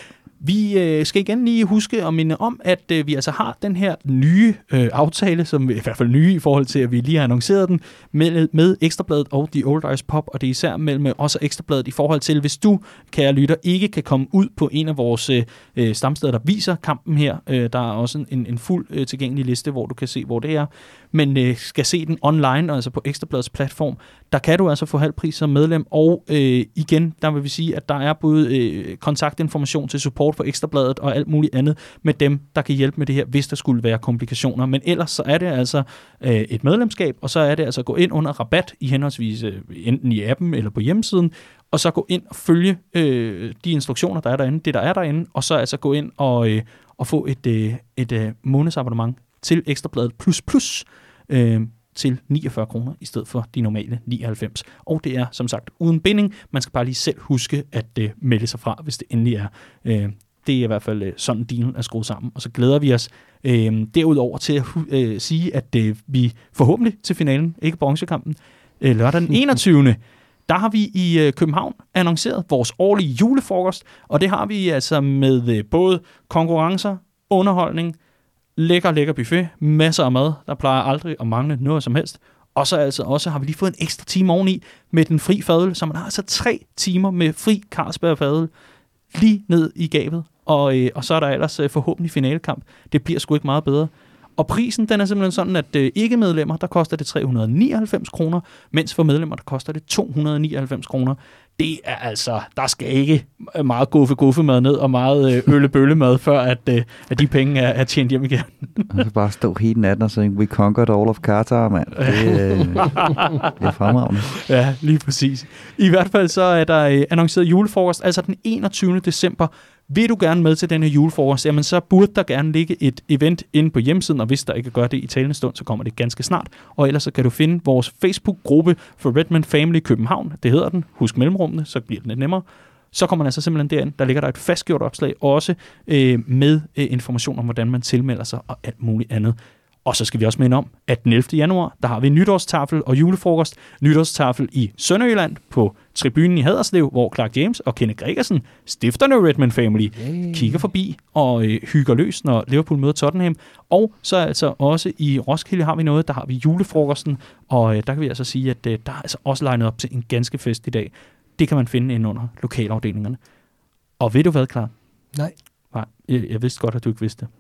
Vi øh, skal igen lige huske og minde om, at øh, vi altså har den her nye øh, aftale, som i hvert fald nye i forhold til, at vi lige har annonceret den, med, med Ekstrabladet og The Old Irish Pub, og det er især mellem os og Ekstrabladet i forhold til, hvis du, kære lytter, ikke kan komme ud på en af vores øh, stamsteder, der viser kampen her. Øh, der er også en, en fuld øh, tilgængelig liste, hvor du kan se, hvor det er, men øh, skal se den online, altså på Ekstrabladets platform. Der kan du altså få halv pris som medlem, og øh, igen, der vil vi sige, at der er både øh, kontaktinformation til support for Ekstrabladet og alt muligt andet med dem, der kan hjælpe med det her, hvis der skulle være komplikationer. Men ellers så er det altså øh, et medlemskab, og så er det altså at gå ind under rabat i henholdsvis øh, enten i appen eller på hjemmesiden, og så gå ind og følge øh, de instruktioner, der er derinde, det der er derinde, og så altså gå ind og, øh, og få et, øh, et øh, månedsabonnement til Ekstrabladet plus plus, øh, til niogfyrre kroner i stedet for de normale nioghalvfems. Og det er som sagt uden binding. Man skal bare lige selv huske at øh, melde sig fra, hvis det endelig er. Øh, det er i hvert fald øh, sådan dealen er skruet sammen. Og så glæder vi os øh, derudover til at øh, sige, at øh, vi forhåbentlig til finalen, ikke bronzekampen, øh, lørdag den enogtyvende Der har vi i øh, København annonceret vores årlige julefrokost, og det har vi altså med øh, både konkurrencer, underholdning, lækker, lækker buffet, masser af mad, der plejer aldrig at mangle noget som helst. Og så altså også har vi lige fået en ekstra time oveni med den fri fadøl, så man har altså tre timer med fri Carlsberg fadøl lige ned i gabet. Og, øh, og så er der ellers øh, forhåbentlig finalekamp. Det bliver sgu ikke meget bedre. Og prisen, den er simpelthen sådan, at øh, ikke-medlemmer, der koster det tre hundrede og nioghalvfems kroner, mens for medlemmer, der koster det to hundrede og nioghalvfems kroner. Det er altså, der skal ikke meget guffe-guffe-mad ned, og meget øh, ølle-bølle-mad, før at, øh, at de penge er, er tjent hjem igen.
Og så bare stå hele natten og sige, we conquered all of Qatar, mand. Det, øh, det er fremragende.
Ja, lige præcis. I hvert fald så er der øh, annonceret julefrokost, altså den enogtyvende december. Vil du gerne med til denne julefrokost, jamen så burde der gerne ligge et event inde på hjemmesiden, og hvis der ikke gør det i talende stund, så kommer det ganske snart. Og ellers så kan du finde vores Facebook-gruppe for Redman Family København. Det hedder den. Husk mellemrummene, så bliver den lidt nemmere. Så kommer man altså simpelthen derind. Der ligger der et fastgjort opslag, også øh, med øh, information om, hvordan man tilmelder sig og alt muligt andet. Og så skal vi også minde om, at den ellevte januar, der har vi nytårstafel og julefrokost. Nytårstafel i Sønderjylland på tribunen i Haderslev, hvor Clark James og Kenneth Gregersen, stifterne af Redman Family, yeah. kigger forbi og øh, hygger løs, når Liverpool møder Tottenham. Og så altså også i Roskilde har vi noget, der har vi julefrokosten, og øh, der kan vi altså sige, at øh, der er altså også legnet op til en ganske fest i dag. Det kan man finde inde under lokalafdelingerne. Og ved du hvad, Clark?
Nej.
Nej, jeg, jeg vidste godt, at du ikke vidste det.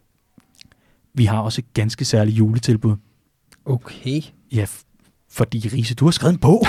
Vi har også et ganske særligt juletilbud.
Okay.
Ja, f- fordi Riese, du har skrevet en bog.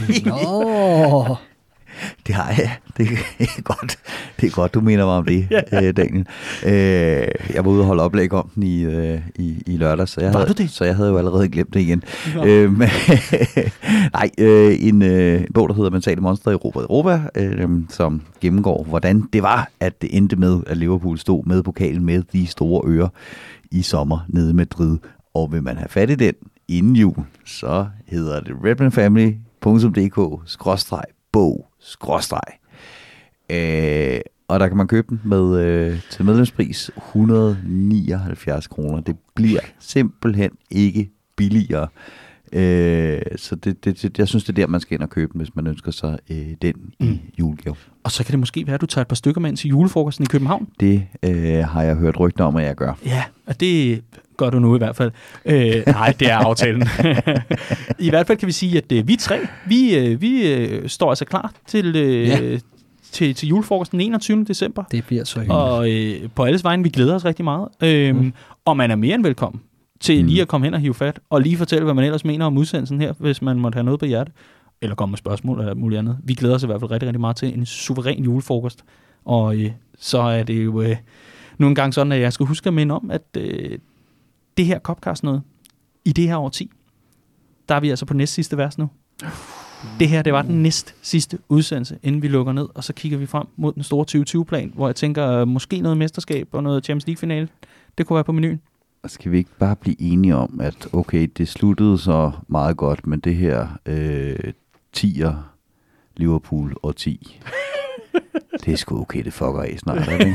Nå.
Det har jeg. Det er godt. Det er godt, du mener mig om det, ja. Daniel. Jeg var ude og holde oplæg om den i, i, i lørdag, så jeg, havde, så jeg havde jo allerede glemt det igen. Ja. Øh, men, nej, en, en bog, der hedder Mentale Monstre i Europa, Europa øh, som gennemgår, hvordan det var, at det endte med, at Liverpool stod med pokalen med de store ører i sommer nede i Madrid. Og vil man have fat i den inden jul, så hedder det redmanfamily punktum d k skråstreg bog skråstreg. Øh, og der kan man købe den med øh, til medlemspris et hundrede og nioghalvfjerds kroner. Det bliver simpelthen ikke billigere Øh, så det, det, det, jeg synes, det er der, man skal ind og købe den, hvis man ønsker sig øh, den mm. i julegave.
Og så kan det måske være, at du tager et par stykker med ind til julefrokosten i København.
Det øh, har jeg hørt rygter om, at jeg gør.
Ja, og det gør du nu i hvert fald. Øh, nej, det er aftalen. I hvert fald kan vi sige, at øh, vi tre, vi, øh, vi øh, står altså klar til... Øh, ja. Til, til julefrokosten den enogtyvende december.
Det bliver så hyggeligt.
Og øh, på alles vegne, vi glæder os rigtig meget. Øhm, mm. Og man er mere end velkommen til mm. lige at komme hen og hive fat, og lige fortælle, hvad man ellers mener om udsendelsen her, hvis man måtte have noget på hjerte, eller komme med spørgsmål eller muligt andet. Vi glæder os i hvert fald rigtig, rigtig meget til en suveræn julefrokost. Og øh, så er det jo øh, nu engang sådan, at jeg skal huske at minde om, at øh, det her Copcast noget, i det her årti, der er vi altså på næst sidste vers nu. Det her, det var den næst sidste udsendelse, inden vi lukker ned, og så kigger vi frem mod den store tyve tyve-plan, hvor jeg tænker, måske noget mesterskab og noget Champions League-finale, det kunne være på menuen.
Skal vi ikke bare blive enige om, at okay, det sluttede så meget godt, men det her øh, tier Liverpool og ti, det er sgu okay, det fucker af snart. Ikke?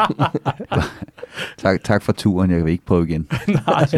tak, tak for turen, jeg vil ikke prøve igen.
Nej.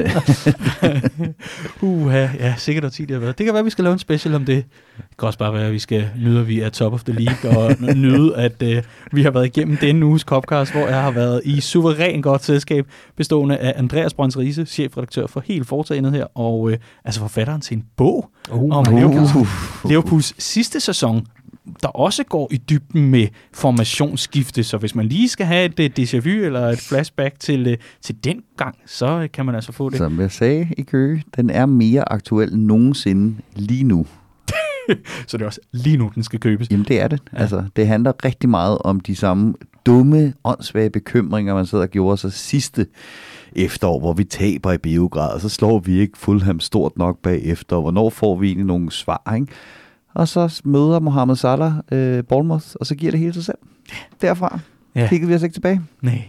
Uha, ja, sikkert og ti det har været. Det kan være, at vi skal lave en special om det. Det kan også bare være, at vi skal nyde, at vi er top of the league, og nyde, at uh, vi har været igennem denne uges Copcast, hvor jeg har været i suveræn godt selskab, bestående af Andreas Brøns Riise, chefredaktør for hele foretagendet her, og uh, altså forfatteren til en bog uh, om uh, Liverpools, uh, uh, Liverpools sidste sæson, der også går i dybden med formationsskifte, så hvis man lige skal have et déjà vu eller et flashback til, til den gang, så kan man altså få det.
Som jeg sagde i Køge, den er mere aktuel end nogensinde lige nu.
Så det er også lige nu, den skal købes.
Jamen det er det. Ja. Altså, det handler rigtig meget om de samme dumme, åndssvage bekymringer, man sidder og gjorde sig sidste efterår, hvor vi taber i biograd, og så slår vi ikke Fulham stort nok bagefter, og hvornår får vi egentlig nogle svar, ikke? Og så møder Mohamed Salah øh, Bournemouth, og så giver det hele sig selv. Derfra ja. Kiggede vi os ikke tilbage.
Nej.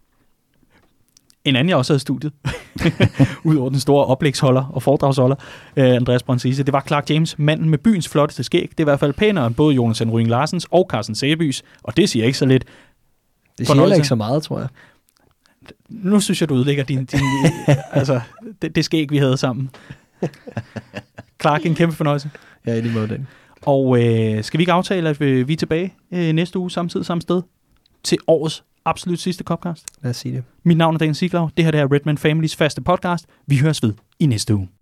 En anden, jeg også havde i studiet, udover den store oplægsholder og foredragsholder, øh, Andreas Brøns Riise, det var Clark James, manden med byens flotteste skæg. Det er i hvert fald pænere end både Jonas Ryging Larsens og Carsten Sæbys, og det siger ikke så lidt.
Det siger heller ikke så meget, tror jeg.
Nu synes jeg, du udlægger din, din altså, det, det skæg, vi havde sammen. Clark, en kæmpe fornøjelse.
Ja, i lige måde den.
Og øh, skal vi ikke aftale, at vi, vi er tilbage øh, næste uge, samtidig samme sted, til årets absolut sidste Copcast?
Lad os sige det.
Mit navn er Daniel Siglau. Det her det er Redman Families faste podcast. Vi høres ved i næste uge.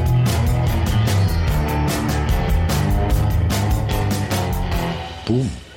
Boom.